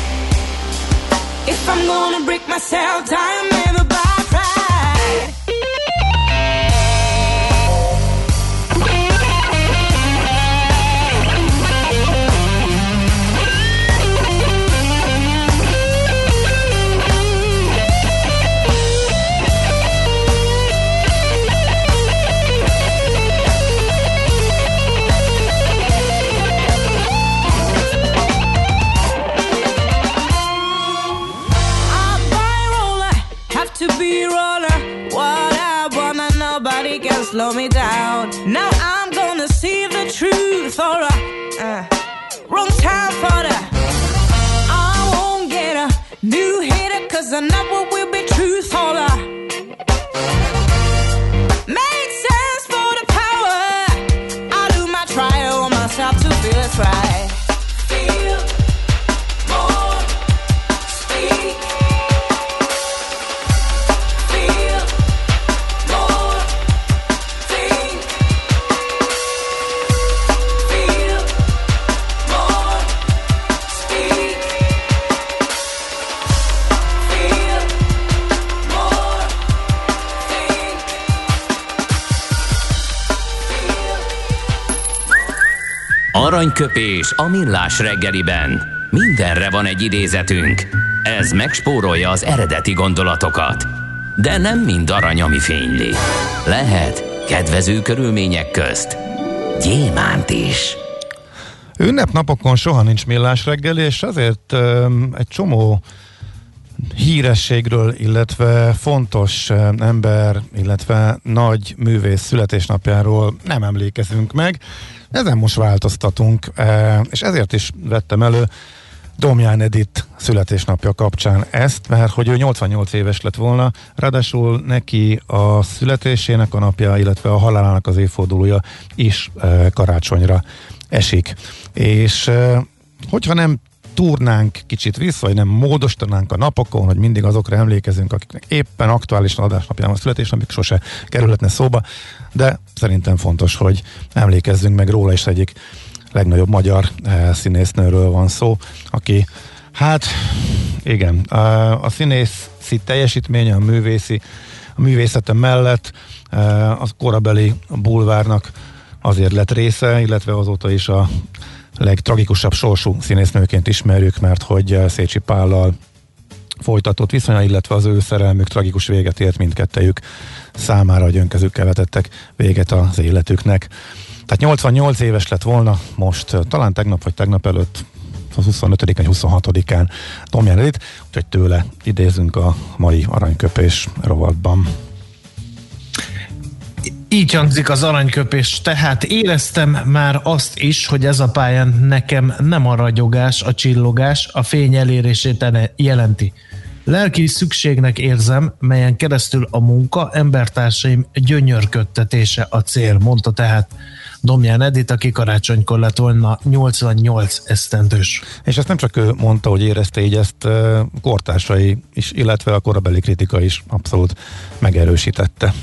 If I'm gonna break myself down, never by pride. slow me down. Now I'm gonna see the truth, or a uh, wrong time for that. I won't get a new hitter, cause I never will be truth, or a make sense for the power. I do my trial on myself to feel it's right. Feel more, speak. Feel more, think. Feel more, speak. Feel more, think. Aranyköpés a millás reggeliben. Mindenre van egy idézetünk. Ez megspórolja az eredeti gondolatokat. De nem mind arany, ami fényli. Lehet kedvező körülmények közt gyémánt is. Ünnepnapokon soha nincs millás reggeli, és azért um, egy csomó hírességről, illetve fontos um, ember, illetve nagy művész születésnapjáról nem emlékezünk meg. Ezen most változtatunk, uh, és ezért is vettem elő Domján Edith születésnapja kapcsán ezt, mert hogy ő nyolcvannyolc éves lett volna, ráadásul neki a születésének a napja, illetve a halálának az évfordulója is uh, karácsonyra esik. És uh, hogyha nem túrnánk kicsit vissza, vagy nem módosítanánk a napokon, hogy mindig azokra emlékezünk, akiknek éppen aktuálisan adásnapján van születésnapjuk, sose kerülhetne szóba, de szerintem fontos, hogy emlékezzünk meg róla, is egyik legnagyobb magyar uh, színésznőről van szó, aki, hát igen, uh, a színészi teljesítménye, a művészi, a művészete mellett uh, a korabeli bulvárnak azért lett része, illetve azóta is a legtragikusabb sorsú színésznőként ismerjük, mert hogy Szécsi Pállal folytatott viszonya, illetve az ő szerelmük tragikus véget ért, mindkettejük számára a gyönkezőkkel vetettek véget az életüknek. Tehát nyolcvannyolc éves lett volna most, talán tegnap vagy tegnap előtt, az huszonötödikén, huszonhatodikán Domján Edith, úgyhogy tőle idézünk a mai aranyköpés rovatban. Így hangzik az aranyköpés, tehát éreztem már azt is, hogy ez a pályán nekem nem a ragyogás, a csillogás, a fény elérését jelenti. Lelki szükségnek érzem, melyen keresztül a munka, embertársaim gyönyörködtetése a cél, mondta tehát Domján Edith, aki karácsonykor lett volna nyolcvannyolc esztendős. És ezt nem csak ő mondta, hogy érezte így, ezt kortársai is, illetve a korabeli kritika is abszolút megerősítette.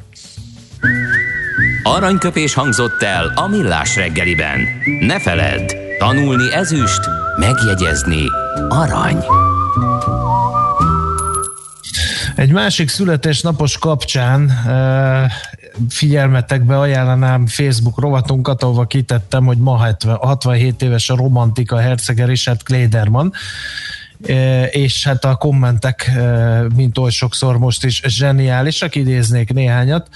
Aranyköpés hangzott el a millás reggeliben. Ne feledd, tanulni ezüst, megjegyezni arany. Egy másik születésnapos kapcsán figyelmetekbe ajánlanám Facebook rovatunkat, ahova kitettem, hogy ma hatvanhét éves a romantika hercege Richard Klederman, és hát a kommentek, mint oly sokszor most is zseniálisak, idéznék néhányat.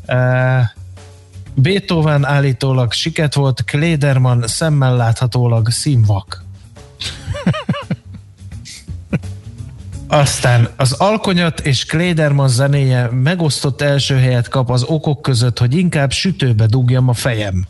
Beethoven állítólag siket volt, Klederman szemmel láthatólag színvak. Aztán az alkonyat és Klederman zenéje megosztott első helyet kap az okok között, hogy inkább sütőbe dugjam a fejem.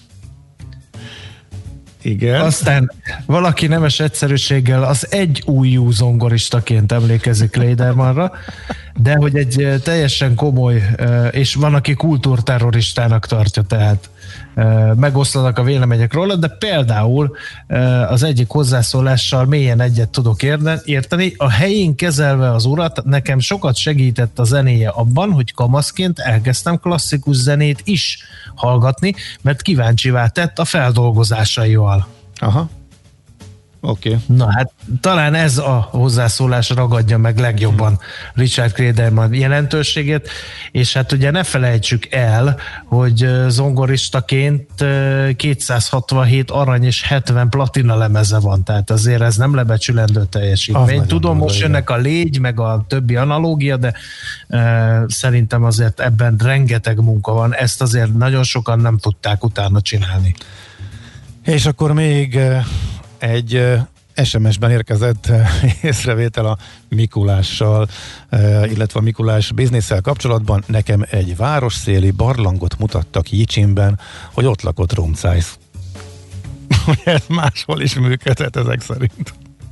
Igen. Aztán valaki nemes egyszerűséggel az egy újjú zongoristaként emlékezik Kledermanra, de hogy egy teljesen komoly, és van, aki kultúrterroristának tartja, tehát megoszlanak a vélemények róla, de például az egyik hozzászólással mélyen egyet tudok érteni. A helyén kezelve az urat, nekem sokat segített a zenéje abban, hogy kamaszként elkezdtem klasszikus zenét is hallgatni, mert kíváncsivá tett a feldolgozásaival. Aha. Oké. Okay. Na hát talán ez a hozzászólás ragadja meg legjobban Richard Klederman jelentőségét, és hát ugye ne felejtsük el, hogy zongoristaként kétszázhatvanhét arany és hetven platina lemeze van, tehát azért ez nem lebecsülendő teljesítmény. Tudom, most jönnek a légy, meg a többi analógia, de uh, szerintem azért ebben rengeteg munka van, ezt azért nagyon sokan nem tudták utána csinálni. És akkor még egy es em es-ben érkezett észrevétel a Mikulással, illetve a Mikulás bizniszsel kapcsolatban. Nekem egy városszéli barlangot mutattak Jicsimben, hogy ott lakott Rumcájsz. Ez máshol is működhet ezek szerint.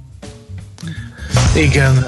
Igen.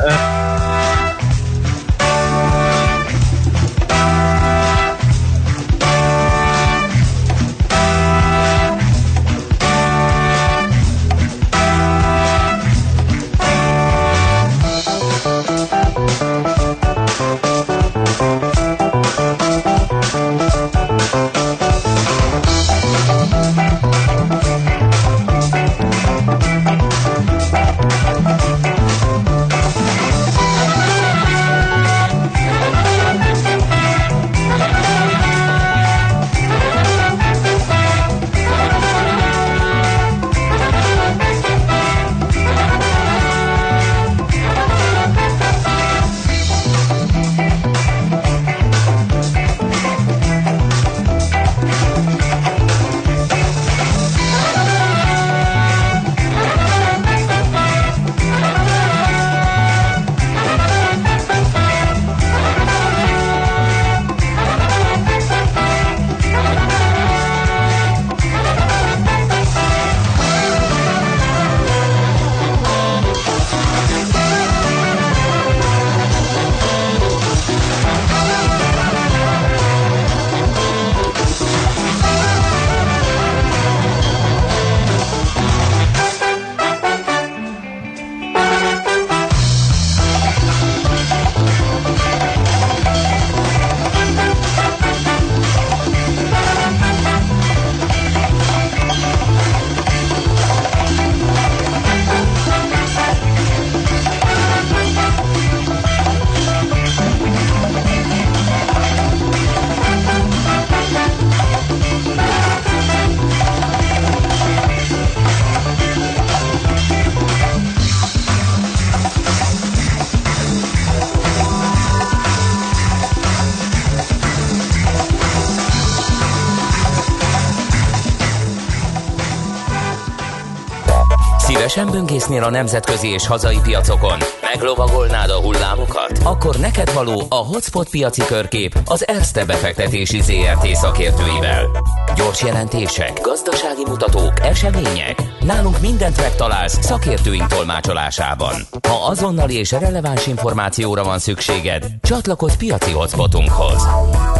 Szívesen böngésznél a nemzetközi és hazai piacokon? Meglovagolnád a hullámokat? Akkor neked való a Hotspot piaci körkép az Erste befektetési zé er té szakértőivel. Gyors jelentések, gazdasági mutatók, események. Nálunk mindent megtalálsz szakértőink tolmácsolásában. Ha azonnali és releváns információra van szükséged, csatlakozz piaci hotspotunkhoz.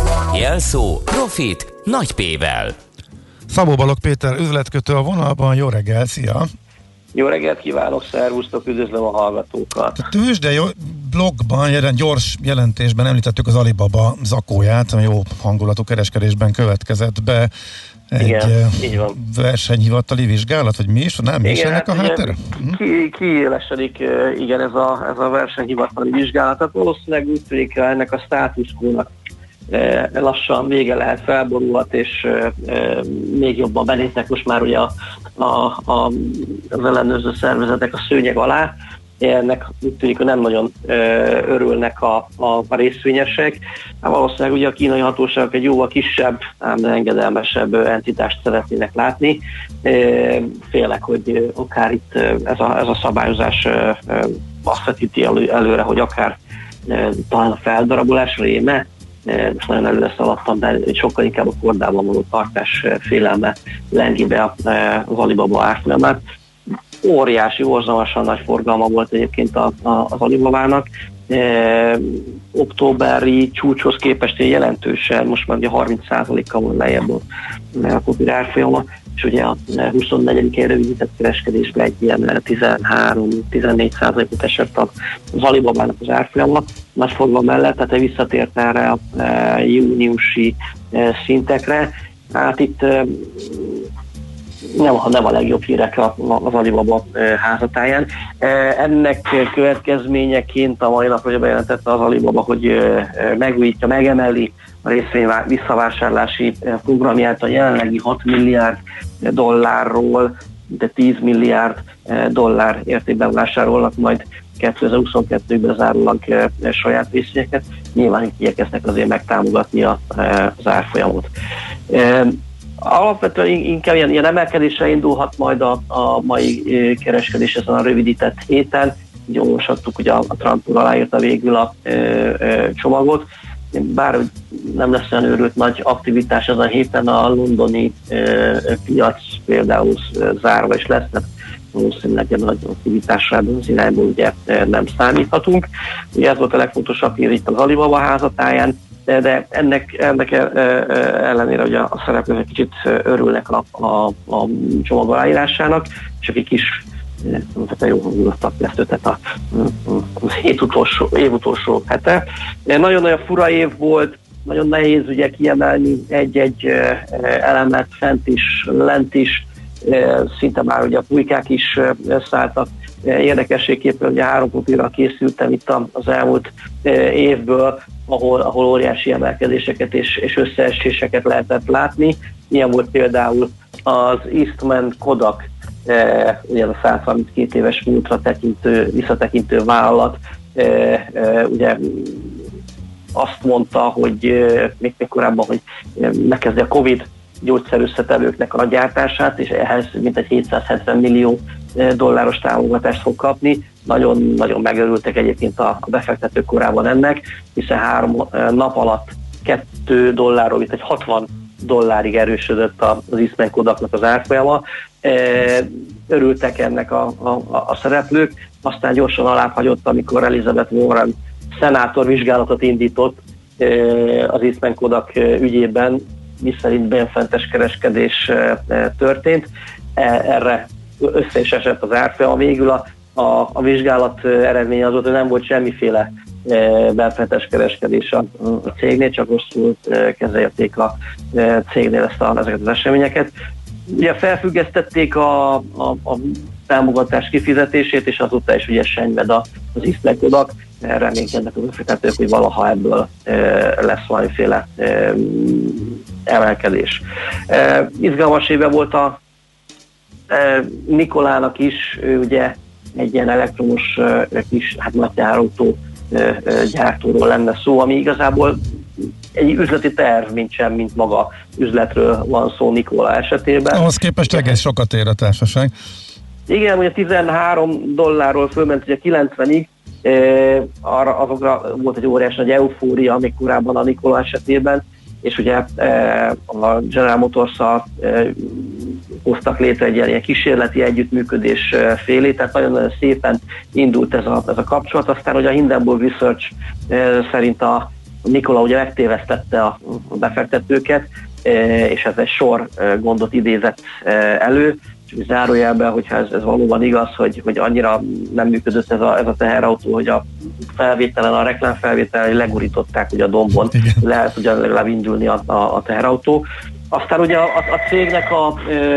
Jelszó Profit nagy P-vel. Szabó Balogh Péter üzletkötő a vonalban. Jó reggel, szia! Jó reggelt kívánok, szervusztok, üdvözlöm a hallgatókat. A tőzsde blogban, jelen, gyors jelentésben említettük az Alibaba zakóját, ami jó hangulatú kereskedésben következett be. Egy igen, így van. Versenyhivatali vizsgálat, vagy mi is? Nem, mi is ennek a háttere? Ki, kiélesedik, igen, ez a, ez a versenyhivatali vizsgálat. Tehát valószínűleg úgy tűnik, ennek a státuszkónak lassan vége lehet, felborulhat, és e, e, még jobban benéznek most már ugye a, a, a, az ellenőrző szervezetek a szőnyeg alá. Ennek úgy tűnik, hogy nem nagyon e, örülnek a, a, a részvényesek. Hát valószínűleg ugye a kínai hatóságok egy jóval kisebb, ám engedelmesebb entitást szeretnének látni. E, félek, hogy akár itt ez a, ez a szabályozás e, azt vetíti elő, előre, hogy akár e, talán a feldarabolás réme, most nagyon előre szaladtam, de sokkal inkább a kordában való tartás félelme lengi be az Alibaba árfolyamát. Óriási, borzalmasan nagy forgalma volt egyébként a, a, az Alibabának. E, októberi csúcshoz képest jelentősen, most már ugye harminc százalékkal van lejjebb a papír árfolyama, és ugye a huszonnegyedikén rövidített kereskedésben egy ilyen tizenhárom-tizennégy százalékot esett az Alibabának az árfolyamnak. Nagy forgalom mellett, tehát visszatért erre a e, júniusi e, szintekre. Hát itt e, nem, nem a legjobb hírek az Alibaba e, házatáján. E, ennek következményeként a mai napra bejelentette az Alibaba, hogy e, megújítja, megemeli a részvény visszavásárlási programját a jelenlegi hat milliárd dollárról, de tíz milliárd dollár értékben vásárolnak majd kétezer-huszonkettőben zárólag saját részvényeket. Nyilván igyekeznek azért megtámogatni az árfolyamot. Alapvetően inkább ilyen, ilyen emelkedésre indulhat majd a, a mai kereskedés ezen a rövidített héten. Így olvashattuk, hogy a, a Trump úr aláírta végül a ö, ö, csomagot. Bár nem lesz olyan őrült nagy aktivitás ezen a héten, a londoni ö, piac például zárva is lesz, tehát valószínűleg egy nagy aktivitásra az irányból ugye nem számíthatunk. Ugye ez volt a legfontosabb hír itt az Alibaba házatáján, de, de ennek, ennek ellenére ugye a szereplők egy kicsit örülnek a, a, a csomag aláírásának, csak egy kis tehát jó hangulattal kezdődött a, a hét utolsó, év utolsó hete. Nagyon-nagyon fura év volt, nagyon nehéz ugye kiemelni egy-egy elemet fent is, lent is, szinte már ugye a pulykák is szálltak. Érdekességképpen ugye három papírral készültem itt az elmúlt évből, ahol, ahol óriási emelkedéseket és, és összeeséseket lehetett látni. Ilyen volt például az Eastman Kodak, ugye a száz harminckét éves múltra tekintő, visszatekintő vállalat, ugye azt mondta, hogy még, még korábban, hogy megkezdi a Covid gyógyszerösszetevőknek a gyártását, és ehhez mintegy hétszázhetven millió dolláros támogatást fog kapni. Nagyon-nagyon megörültek egyébként a befektetők korábban ennek, hiszen három nap alatt kettő dollárról, mint egy hatvan dollárig erősödött az Eastman Kodaknak az árfolyama. Örültek ennek a, a, a szereplők, aztán gyorsan alábbhagyott, amikor Elizabeth Warren szenátor vizsgálatot indított az Eastman Kodak ügyében, miszerint benfentes kereskedés történt. Erre össze is esett az árfolyama. Végül a, a, a vizsgálat eredménye az volt, hogy nem volt semmiféle benfentes kereskedés a, a cégnél, csak rosszul kezelték a cégnél ezt a, ezeket az eseményeket. Ugye felfüggesztették a, a, a támogatás kifizetését, és azóta is ugye senyved az Eastman Kodak. Reménykednek az befektetők, hogy valaha ebből e, lesz valamiféle e, emelkedés. E, izgalmas éve volt a e, Nikolának is, ő ugye egy ilyen elektromos e, kis hát nagy teherautó e, e, gyártóról lenne szó, ami igazából egy üzleti terv, mint sem, mint maga üzletről van szó Nikola esetében. Ahhoz képest egész sokat ér a társaság. Igen, ugye tizenhárom dollárról fölment ugye kilencvenig, e, arra azokra volt egy óriási nagy eufória, még korábban a Nikola esetében, és ugye e, a General Motors-szal e, hoztak létre egy ilyen kísérleti együttműködés félé, tehát nagyon-nagyon szépen indult ez a, ez a kapcsolat. Aztán ugye a Hindenburg Research e, szerint a Nikola ugye megtévesztette a befektetőket, és ez egy sor gondot idézett elő, és zárójelben, hogyha ez, ez valóban igaz, hogy, hogy annyira nem működött ez a, ez a teherautó, hogy a felvételen, a reklámfelvételen legurították ugye a dombon, igen, lehet ugye legalább indulni a, a, a teherautó. Aztán ugye a, a, a cégnek a,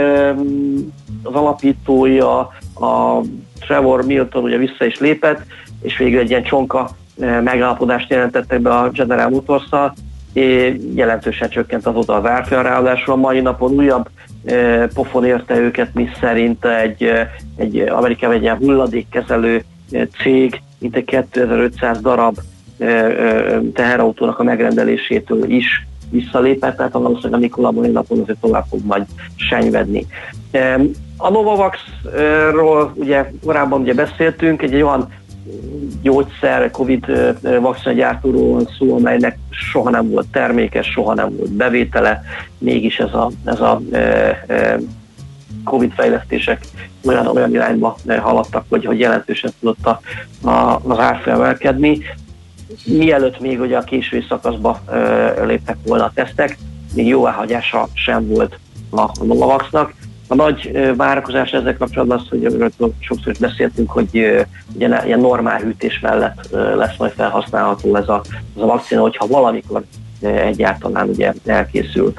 az alapítója, a Trevor Milton ugye vissza is lépett, és végül egy ilyen csonka megállapodást jelentettek be a General Motors-szal, és jelentősen csökkent azóta az árfolyam, ráadásul a mai napon újabb e, pofon érte őket, mi szerint egy, egy Amerikában egy ilyen hulladékkezelő cég, mint egy kétezer-ötszáz darab e, e, teherautónak a megrendelésétől is visszalépett, tehát valószínűleg a Nikola mai napon azért tovább fog majd senyvedni. E, a Novavax-ról ugye korábban ugye beszéltünk, egy olyan gyógyszer, Covid vakcinagyártóról van szó, amelynek soha nem volt termékes, soha nem volt bevétele, mégis ez a, ez a e, e, Covid fejlesztések olyan, olyan irányba haladtak, hogy, hogy jelentősen tudott a, a, az árfolyam emelkedni. Mielőtt még ugye a késői szakaszba e, léptek volna a tesztek, még jóváhagyása sem volt a Novavaxnak. A nagy várakozás ezzel kapcsolatban az, hogy sokszor is beszéltünk, hogy ugye, ilyen normál hűtés mellett lesz majd felhasználható ez a, ez a vakcina, hogyha valamikor egyáltalán ugye elkészül.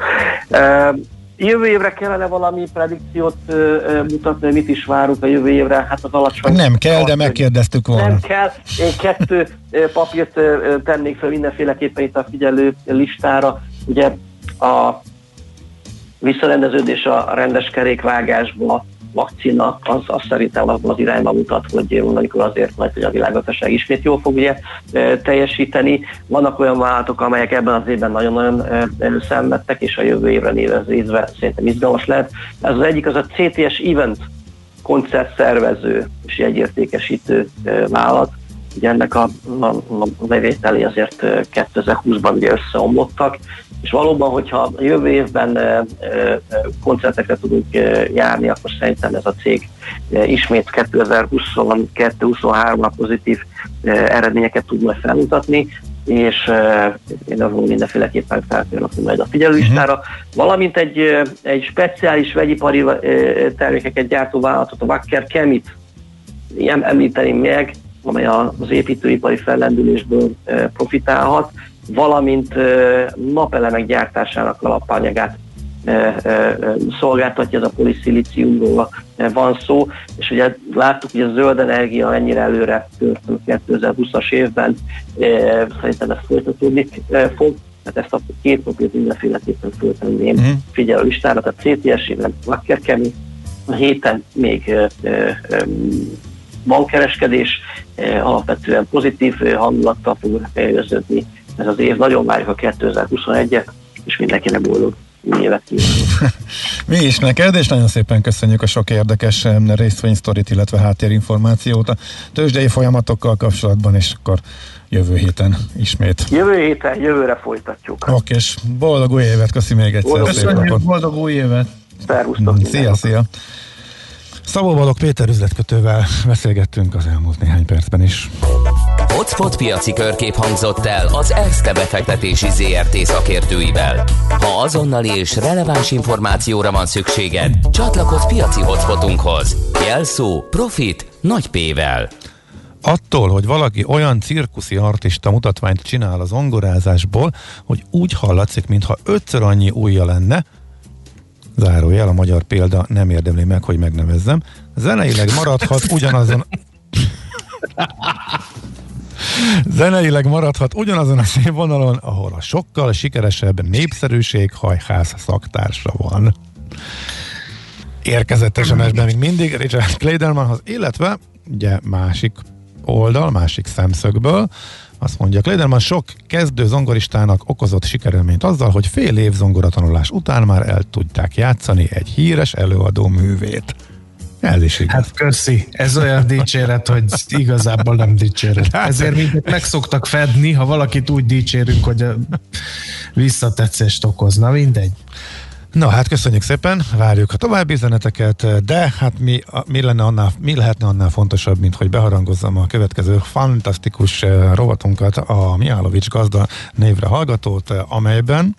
Jövő évre kellene valami predikciót mutatni, mit is várunk a jövő évre, hát az alacsony... Nem kell, de megkérdeztük volna. Nem kell, én kettő papírt tennék fel mindenféleképpen itt a figyelő listára, ugye a visszarendeződés a rendes kerékvágásba, vakcina, az, az szerintem abban az irányban mutat, hogy amikor azért majd, hogy a világgazdaság ismét jól fog ugye teljesíteni. Vannak olyan vállalatok, amelyek ebben az évben nagyon-nagyon előszenvedtek, és a jövő évre nézve szerintem izgalmas lehet. Ez az egyik, az a cé té es Event koncertszervező és jegyértékesítő vállalat. Ugye ennek a, a, a bevételi azért kétezer-húszban ugye összeomlottak, és valóban, hogyha a jövő évben koncertekre tudunk járni, akkor szerintem ez a cég ismét kétezer-huszonkettő-huszonháromra pozitív eredményeket tud majd felmutatni, és én azon mindenféleképpen felkérlek majd a figyelőlistára, uh-huh. valamint egy, egy speciális vegyipari termékeket gyártó vállalatot, a Wacker Chemit említeném meg, amely az építőipari fellendülésből profitálhat, valamint napelemek gyártásának alapanyagát szolgáltatja, ez a poliszilíciumról van szó, és ugye láttuk, hogy a zöld energia mennyire előre tört kétezer-húszas évben, szerintem ez folytatódni fog, tehát ezt a két napot mindenféleképpen föltenném uh-huh. figyelő listára, tehát cé té es-ben Wacker Chemi, a héten még bankkereskedés, alapvetően pozitív hangulattal fog fejlődni. Ez az év, nagyon várjuk a kétezer-huszonegyet, és mindenkinek boldog évet kívánunk. Mi is neked, és nagyon szépen köszönjük a sok érdekes részvénysztorit, illetve háttérinformációt a tőzsdei folyamatokkal kapcsolatban, és akkor jövő héten ismét. Jövő héten, jövőre folytatjuk. Oké, és boldog új évet, köszi még egyszer. Boldog, köszönjük, boldog új évet. Szervusztok. Szia, szia. Szabó Balogh Péter üzletkötővel beszélgettünk az elmúlt néhány percben is. Hotspot piaci körkép hangzott el az Erste befektetési zé er té szakértőivel. Ha azonnali és releváns információra van szükséged, csatlakozz piaci hotspotunkhoz. Jelszó Profit nagy P-vel. Attól, hogy valaki olyan cirkuszi artista mutatványt csinál az zongorázásból, hogy úgy hallatszik, mintha ötször annyi ujja lenne, zárójel, a magyar példa nem érdemli meg, hogy megnevezzem, zeneileg maradhat ugyanazon zeneileg maradhat ugyanazon a színvonalon, ahol a sokkal sikeresebb népszerűség hajház szaktársa van. Érkezett es em es-ben még mindig Richard Kleidermanhoz, illetve ugye másik oldal, másik szemszögből azt mondja, Kleiderman sok kezdő zongoristának okozott sikerélményt azzal, hogy fél év zongoratanulás után már el tudták játszani egy híres előadó művét. Ez is igaz. Hát köszi, ez olyan dicséret, hogy igazából nem dicséret. Ezért minket meg szoktak fedni, ha valakit úgy dicsérünk, hogy visszatetszést okozna, mindegy. Na hát köszönjük szépen, várjuk a további üzeneteket, de hát mi, mi, lenne annál, mi lehetne annál fontosabb, mint hogy beharangozzam a következő fantasztikus rovatunkat, a Mihálovics Gazda névre hallgatót, amelyben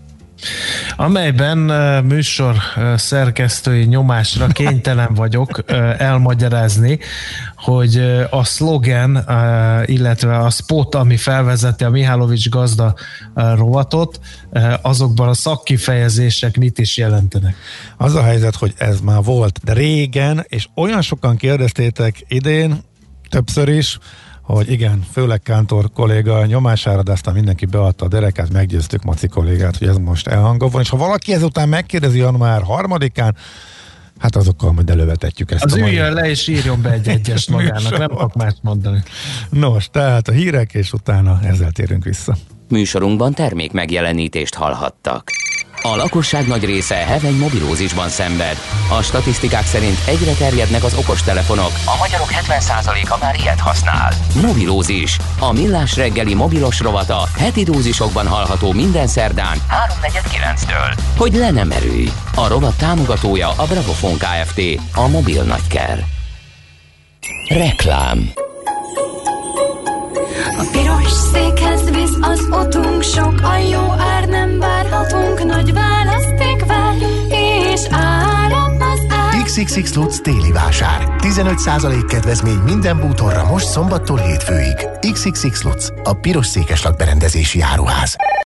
amelyben műsor szerkesztői nyomásra kénytelen vagyok elmagyarázni, hogy a szlogen, illetve a spot, ami felvezeti a Mihálovics Gazda rovatot, azokban a szakkifejezések mit is jelentenek. Az a helyzet, hogy ez már volt, de régen, és olyan sokan kérdeztétek idén, többször is, hogy igen, főleg Kántor kolléga nyomására, de aztán mindenki beadta a derekát, meggyőztük Maci kollégát, hogy ez most elhangolva van, és ha valaki ezután megkérdezi január harmadikán, hát azokkal majd elővetetjük ezt. Az üljön le és írjon be egy egyest magának, nem tudok más mondani. Nos, tehát a hírek, és utána ezzel térünk vissza. Műsorunkban termék megjelenítést hallhattak. A lakosság nagy része heveny mobilózisban szenved. A statisztikák szerint egyre terjednek az okostelefonok, a magyarok hetven százaléka már ilyet használ. Mobilózis, a millás reggeli mobilos rovata heti dózisokban hallható minden szerdán háromnegyed kilenctől. Hogy le nem erőj. A rovat támogatója a Bravofon Kft. A mobil nagyker. Reklám. A piros székhez visz az otunk, sok a jó ár, nem várhatunk, nagy választék vár, és áram az ár. iksz iksz iksz Lutz téli vásár. tizenöt százalék kedvezmény minden bútorra most szombattól hétfőig. iksz iksz iksz Lutz, a piros székes lakberendezési áruház.